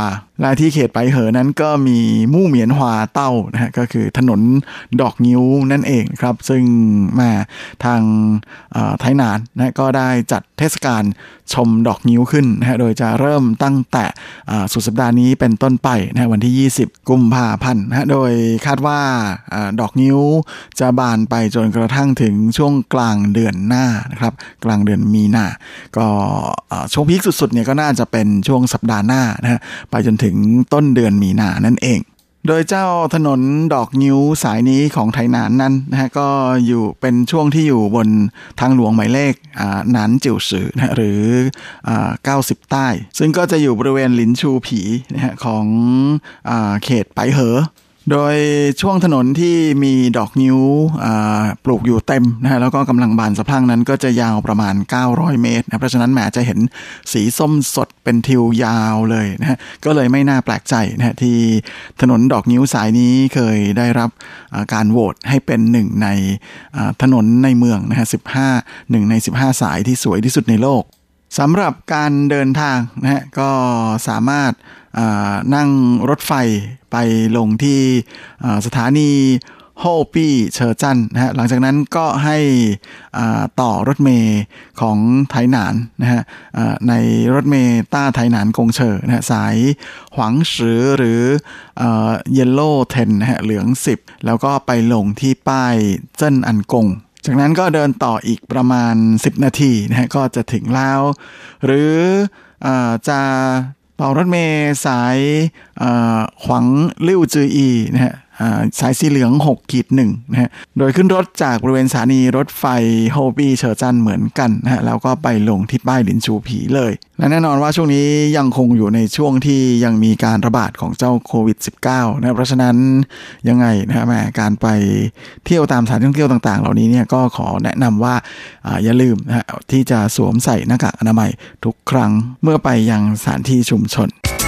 และที่เขตไปเหอนั้นก็มีมู่เหมียนฮวาเต้านะฮะก็คือถนนดอกงิ้วนั่นเองครับซึ่งมาทางไทยนานนะก็ได้จัดเทศกาลชมดอกงิ้วขึ้นนะฮะโดยจะเริ่มตั้งแต่สุดสัปดาห์นี้เป็นต้นไปนะวันที่ยี่สิบกุมภาพันธ์นะฮะโดยคาดว่าดอกงิ้วจะบานไปจนกระทั่งถึงช่วงกลางเดือนหน้านะครับกลางเดือนมีนาก็ช่วงพีคสุดๆเนี่ยก็น่าจะเป็นช่วงสัปดาห์หน้านะฮะไปจนถึงต้นเดือนมีนานั่นเองโดยเจ้าถนนดอกงิ้วสายนี้ของไทยนานนั้นนะฮะก็อยู่เป็นช่วงที่อยู่บนทางหลวงหมายเลขหนานจิ๋วซือนะหรือเก้าสิบใต้ซึ่งก็จะอยู่บริเวณหลินชูผีนะฮะของเขตไปเหอโดยช่วงถนนที่มีดอกงิ้วปลูกอยู่เต็มนะฮะแล้วก็กำลังบานสะพรั่งนั้นก็จะยาวประมาณเก้าร้อยเมตรนะเพราะฉะนั้นแหมจะเห็นสีส้มสดเป็นทิวยาวเลยนะฮะก็เลยไม่น่าแปลกใจนะฮะที่ถนนดอกงิ้วสายนี้เคยได้รับการโหวตให้เป็นหนึ่งในถนนในเมืองนะฮะสิบห้า หนึ่งในสิบห้าสายที่สวยที่สุดในโลกสำหรับการเดินทางนะฮะก็สามารถนั่งรถไฟไปลงที่สถานีโฮปี้เชอร์จันนะฮะหลังจากนั้นก็ให้ต่อรถเมล์ของไทยหนานนะฮะในรถเมล์ต้าไทยหนานกงเชอร์นะฮะสายหวังซือหรือเยลโล่เทนนะฮะเหลืองสิบแล้วก็ไปลงที่ป้ายเจิ้นอันกงจากนั้นก็เดินต่ออีกประมาณสิบนาทีนะฮะก็จะถึงแล้วหรือจะต่อรถเมล์สายขวังลิ่วจืออีนะฮะสายสีเหลือง หกขีดหนึ่ง นะฮะโดยขึ้นรถจากบริเวณสถานีรถไฟโฮปี้เชอร์จันเหมือนกันนะฮะแล้วก็ไปลงที่ป้ายหลินชูผีเลยและแน่นอนว่าช่วงนี้ยังคงอยู่ในช่วงที่ยังมีการระบาดของเจ้าโควิด สิบเก้า นะเพราะฉะนั้นยังไงนะฮะแม่การไปเที่ยวตามสถานท่องเที่ยวต่างๆเหล่านี้เนี่ยก็ขอแนะนำว่าอย่าลืมนะฮะที่จะสวมใส่หน้ากากอนามัยทุกครั้งเมื่อไปยังสถานที่ชุมชน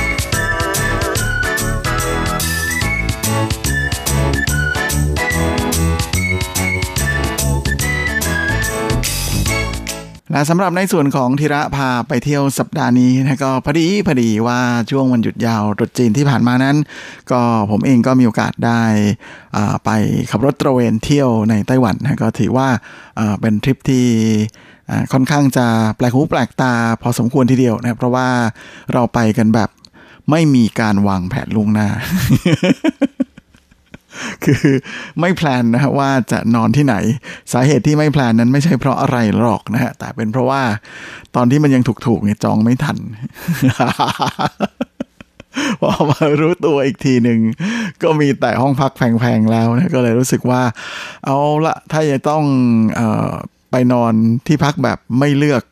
และสำหรับในส่วนของธีระพาไปเที่ยวสัปดาห์นี้นะก็พอดีพอดีว่าช่วงวันหยุดยาวตรุษจีนที่ผ่านมานั้นก็ผมเองก็มีโอกาสได้ไปขับรถตระเวนเที่ยวในไต้หวันนะก็ถือว่าเป็นทริปที่ค่อนข้างจะแปลกหูแปลกตาพอสมควรทีเดียวนะเพราะว่าเราไปกันแบบไม่มีการวางแผนล่วงหน้า คือไม่แพลนนะฮะว่าจะนอนที่ไหนสาเหตุที่ไม่แพลนนั้นไม่ใช่เพราะอะไรหรอกนะฮะแต่เป็นเพราะว่าตอนที่มันยังถูกๆเนี่ยจองไม่ทัน พอมารู้ตัวอีกทีหนึ่งก็มีแต่ห้องพักแพงๆแล้วนะก็เลยรู้สึกว่าเอาละถ้าจะต้องเอ่อไปนอนที่พักแบบไม่เลือก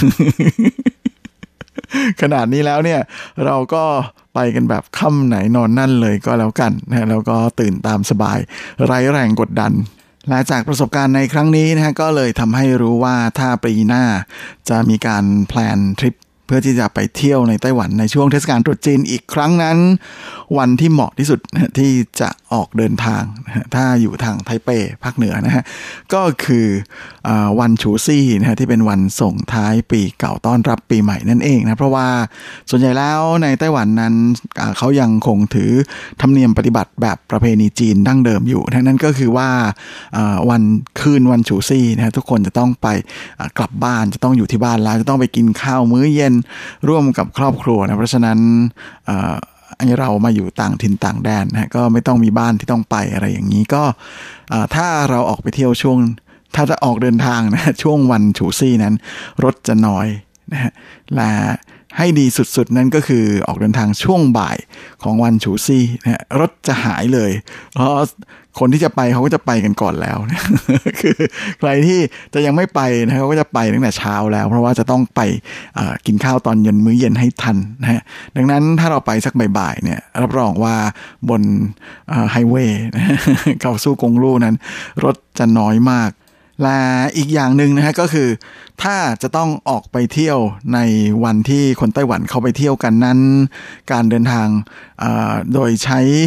ขนาดนี้แล้วเนี่ยเราก็ไปกันแบบค่ำไหนนอนนั่นเลยก็แล้วกันนะแล้วก็ตื่นตามสบายไร้แรงกดดันและจากประสบการณ์ในครั้งนี้นะฮะก็เลยทำให้รู้ว่าถ้าปีหน้าจะมีการแพลนทริปเพื่อที่จะไปเที่ยวในไต้หวันในช่วงเทศกาลตรุษจีนอีกครั้งนั้นวันที่เหมาะที่สุดที่จะออกเดินทางถ้าอยู่ทางไทเปภาคเหนือนะฮะก็คือวันฉูซี่นะฮะที่เป็นวันส่งท้ายปีเก่าต้อนรับปีใหม่นั่นเองนะเพราะว่าส่วนใหญ่แล้วในไต้หวันนั้นเขายังคงถือธรรมเนียมปฏิบัติแบบประเพณีจีนดั้งเดิมอยู่ทั้งนั้นก็คือว่าวันคืนวันฉูซี่นะฮะทุกคนจะต้องไปกลับบ้านจะต้องอยู่ที่บ้านแล้วจะต้องไปกินข้าวมื้อเย็นร่วมกับครอบครัวนะเพราะฉะนั้นเรามาอยู่ต่างถิ่นต่างแดนนะก็ไม่ต้องมีบ้านที่ต้องไปอะไรอย่างนี้ก็ถ้าเราออกไปเที่ยวช่วงถ้าจะออกเดินทางนะช่วงวันฉูซี่นั้นรถจะน้อยนะฮะและให้ดีสุดๆนั่นก็คือออกเดินทางช่วงบ่ายของวันฉูซี่นะรถจะหายเลยเพราะคนที่จะไปเขาก็จะไปกันก่อนแล้วนะคือใครที่จะยังไม่ไปนะเขาก็จะไปตั้งแต่เช้าแล้วเพราะว่าจะต้องไปกินข้าวตอนเย็นมื้อเย็นให้ทันนะฮะดังนั้นถ้าเราไปสักบ่ายๆเนี่ยรับรองว่าบนไฮเวย์เข้าสู่กงลู่นั้นรถจะน้อยมากและอีกอย่างหนึ่งนะฮะก็คือถ้าจะต้องออกไปเที่ยวในวันที่คนไต้หวันเขาไปเที่ยวกันนั้นการเดินทางโดยใช้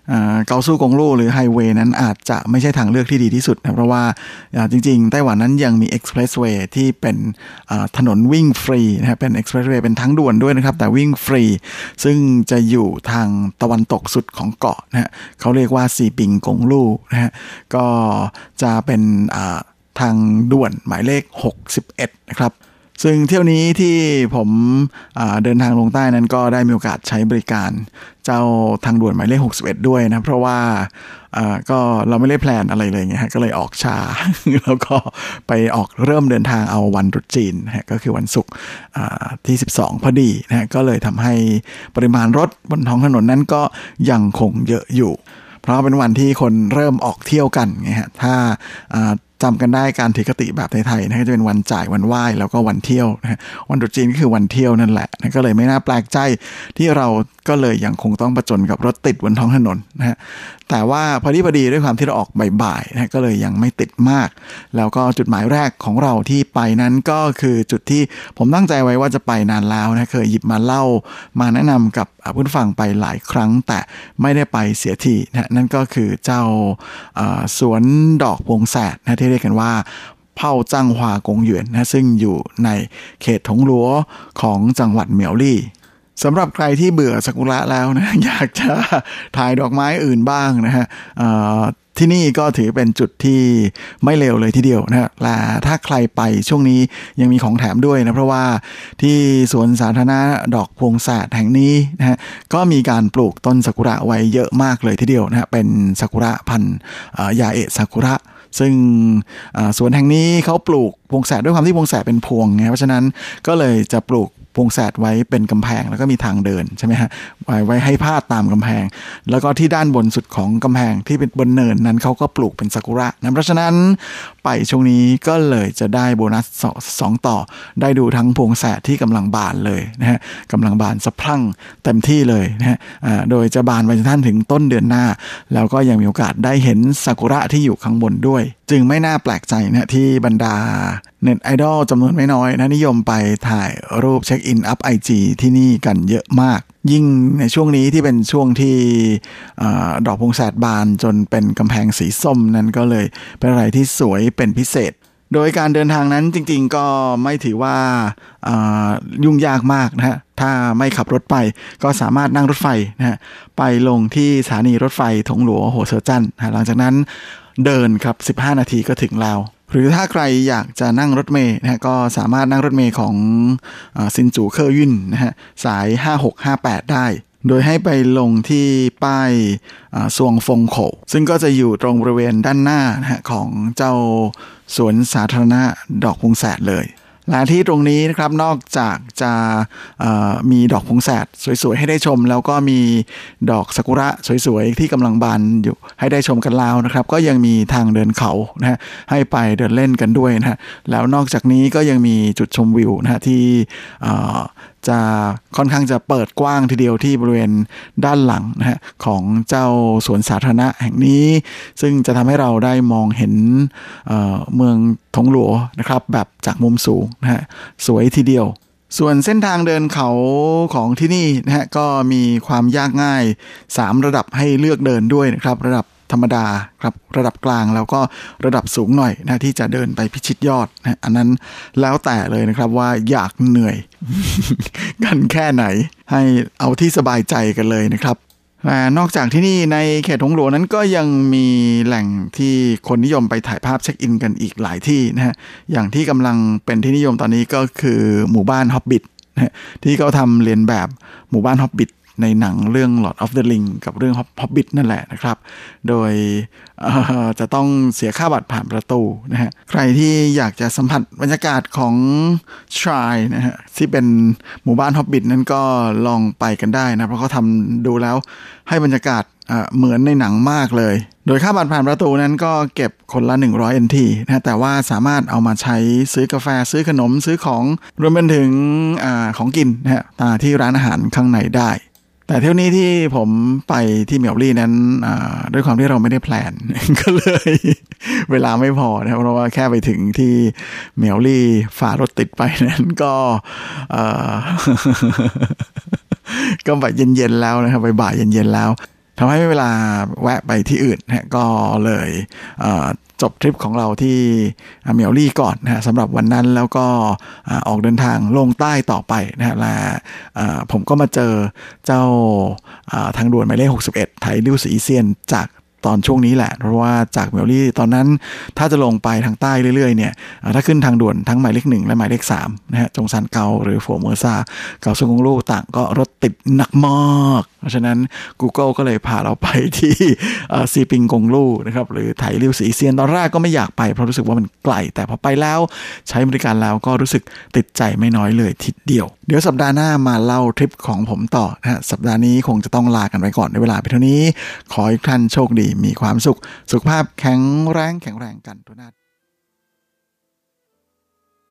เกาซูกงลู่หรือไฮเวย์นั้นอาจจะไม่ใช่ทางเลือกที่ดีที่สุดนะเพราะว่าจริงๆไต้หวันนั้นยังมีเอ็กซ์เพรสเวย์ที่เป็นถนนวิ่งฟรีนะเป็นเอ็กซ์เพรสเวย์เป็นทางด่วนด้วยนะครับแต่วิ่งฟรีซึ่งจะอยู่ทางตะวันตกสุดของเกาะนะฮะเขาเรียกว่าซีปิงกงลู่นะฮะก็จะเป็นทางด่วนหมายเลขหกสิบเอ็ดนะครับซึ่งเที่ยวนี้ที่ผมเดินทางลงใต้นั้นก็ได้มีโอกาสใช้บริการเจ้าทางด่วนหมายเลขหกสิบเอ็ดด้วยนะเพราะว่าก็เราไม่ได้แพลนอะไรเลยไงฮะก็เลยออกช้า แล้วก็ไปออกเริ่มเดินทางเอาวันตรุษจีนนะก็คือวันศุกร์ที่สิบสองพอดีนะก็เลยทำให้ปริมาณรถบนท้องถนนนั้นก็ยังคงเยอะอยู่เพราะเป็นวันที่คนเริ่มออกเที่ยวกันไงฮะถ้าจำกันได้การถือคติแบบไทยๆนะก็จะเป็นวันจ่ายวันไหว้แล้วก็วันเที่ยวนะวันตรุษจีนก็คือวันเที่ยวนั่นแหละนะก็เลยไม่น่าแปลกใจที่เราก็เลยยังคงต้องประจนกับรถติดบนท้องถนนนะฮะแต่ว่าพอดีพอดีด้วยความที่เราออกบ่ายๆนะก็เลยยังไม่ติดมากแล้วก็จุดหมายแรกของเราที่ไปนั้นก็คือจุดที่ผมตั้งใจไว้ว่าจะไปนานแล้วนะเคยหยิบมาเล่ามาแนะนำกับผู้ฟังไปหลายครั้งแต่ไม่ได้ไปเสียทีนะนั่นก็คือเจ้าสวนดอกพวงแสดนะที่เรียกกันว่าเผ่าจังหวากงหยวนนะซึ่งอยู่ในเขตถงหลัวของจังหวัดเหมียวลี่สำหรับใครที่เบื่อซากุระแล้วนะอยากจะถ่ายดอกไม้อื่นบ้างนะฮะที่นี่ก็ถือเป็นจุดที่ไม่เลวเลยทีเดียวนะและถ้าใครไปช่วงนี้ยังมีของแถมด้วยนะเพราะว่าที่สวนสาธารณะดอกพวงแสดแห่งนี้นะฮะก็มีการปลูกต้นซากุระไว้เยอะมากเลยทีเดียวนะฮะเป็นซากุระพันธุ์ยาเอะซากุระซึ่งสวนแห่งนี้เขาปลูกพวงแสดด้วยความที่พวงแสดเป็นพวงไงเพราะฉะนั้นก็เลยจะปลูกพวงแสดไว้เป็นกำแพงแล้วก็มีทางเดินใช่ไหมฮะไว้ไว้ให้พาดตามกำแพงแล้วก็ที่ด้านบนสุดของกำแพงที่เป็นบนเนินนั้นเขาก็ปลูกเป็นซากุระนะเพราะฉะนั้นไปช่วงนี้ก็เลยจะได้โบนัสสองต่อได้ดูทั้งพวงแสดที่กำลังบานเลยนะฮะกำลังบานสะพรั่งเต็มที่เลยนะฮะโดยจะบานไปจนถึงต้นเดือนหน้าแล้วก็ยังมีโอกาสได้เห็นซากุระที่อยู่ข้างบนด้วยจึงไม่น่าแปลกใจนะที่บรรดาเน็ตไอดอลจำนวนไม่น้อยนะนิยมไปถ่ายรูปเช็คอินอัพ ไอ จี ที่นี่กันเยอะมากยิ่งในช่วงนี้ที่เป็นช่วงที่ดอกพวงแสดบานจนเป็นกำแพงสีส้มนั้นก็เลยเป็นอะไรที่สวยเป็นพิเศษโดยการเดินทางนั้นจริงๆก็ไม่ถือว่ายุ่งยากมากนะฮะถ้าไม่ขับรถไปก็สามารถนั่งรถไฟนะฮะไปลงที่สถานีรถไฟถงหลัวโหเซอจั่นหลังจากนั้นเดินครับสิบห้านาทีก็ถึงแล้วหรือถ้าใครอยากจะนั่งรถเมล์นะฮะก็สามารถนั่งรถเมล์ของซินจูเคอร์ยุนนะฮะสายห้าหกห้าแปดได้โดยให้ไปลงที่ป้ายซวงฟงโขซึ่งก็จะอยู่ตรงบริเวณด้านหน้านะฮะของเจ้าสวนสาธารณะดอกพวงแสดเลยและที่ตรงนี้นะครับนอกจากจะมีดอกพวงแสดสวยๆให้ได้ชมแล้วก็มีดอกซากุระสวยๆที่กำลังบานอยู่ให้ได้ชมกันแล้วนะครับก็ยังมีทางเดินเขานะฮะให้ไปเดินเล่นกันด้วยนะฮะแล้วนอกจากนี้ก็ยังมีจุดชมวิวนะฮะที่จะค่อนข้างจะเปิดกว้างทีเดียวที่บริเวณด้านหลังนะฮะของเจ้าสวนสาธารณะแห่งนี้ซึ่งจะทำให้เราได้มองเห็น เอ่อ เมืองถงหลัวนะครับแบบจากมุมสูงนะฮะสวยทีเดียวส่วนเส้นทางเดินเขาของที่นี่นะฮะก็มีความยากง่ายสามระดับให้เลือกเดินด้วยนะครับระดับธรรมดาครับระดับกลางแล้วก็ระดับสูงหน่อยนะที่จะเดินไปพิชิตยอดนะอันนั้นแล้วแต่เลยนะครับว่าอยากเหนื่อย กันแค่ไหนให้เอาที่สบายใจกันเลยนะครับนอกจากที่นี่ในเขตถงหลวงนั้นก็ยังมีแหล่งที่คนนิยมไปถ่ายภาพเช็คอินกันอีกหลายที่นะฮะอย่างที่กำลังเป็นที่นิยมตอนนี้ก็คือหมู่บ้านฮอบบิทนะที่เขาทำเรียนแบบหมู่บ้านฮอบบิทในหนังเรื่อง Lord of the Ring กับเรื่อง Hobbit นั่นแหละนะครับโดยจะต้องเสียค่าบัตรผ่านประตูนะฮะใครที่อยากจะสัมผัสบรรยากาศของ Shrine นะฮะที่เป็นหมู่บ้าน Hobbit นั้นก็ลองไปกันได้นะเพราะเขาทำดูแล้วให้บรรยากาศเหมือนในหนังมากเลยโดยค่าบัตรผ่านประตูนั้นก็เก็บคนละหนึ่งร้อย เอ็น ที นะแต่ว่าสามารถเอามาใช้ซื้อกาแฟซื้อขนมซื้อของรวมไปถึงอของกินนะฮะที่ร้านอาหารข้างในได้แต่เที่ยวนี้ที่ผมไปที่เหมียวลี่นั้นด้วยความที่เราไม่ได้แพลน ก็เลยเวลาไม่พอนะเพราะว่าแค่ไปถึงที่เหมียวลี่ฝ่ารถติดไปนั้นก็ ก็บ่ายเย็นๆแล้วนะครับบ่ายๆเย็นๆแล้วทำให้เวลาแวะไปที่อื่นนะก็เลยจบทริปของเราที่เมียวลี่ก่อนนะสำหรับวันนั้นแล้วก็ออกเดินทางลงใต้ต่อไปนะฮะและผมก็มาเจอเจ้าทางด่วนหมายเลขหกสิบเอ็ดไถลิ่วสีเซียนจากตอนช่วงนี้แหละเพราะว่าจากเมียวลี่ตอนนั้นถ้าจะลงไปทางใต้เรื่อยๆเนี่ยถ้าขึ้นทางด่วนทั้งหมายเลขหนึ่งและหมายเลขสามนะฮะจงซานเกาหรือโฟเมอร์ซาเกาซุงกงลู่ต่างก็รถติดหนักมากเพราะฉะนั้น Google ก็เลยพาเราไปที่ซีปิงกงลู่นะครับหรือไถลิ่วสีเซียนตอนแรกก็ไม่อยากไปเพราะรู้สึกว่ามันไกลแต่พอไปแล้วใช้บริการแล้วก็รู้สึกติดใจไม่น้อยเลยทีเดียวเดี๋ยวสัปดาห์หน้ามาเล่าทริปของผมต่อนะฮะสัปดาห์นี้คงจะต้องลากันไปก่อนในเวลาไปเท่านี้ขอให้ท่านโชคดีมีความสุขสุขภาพแข็งแรงแข็งแรงกันทุกท่าน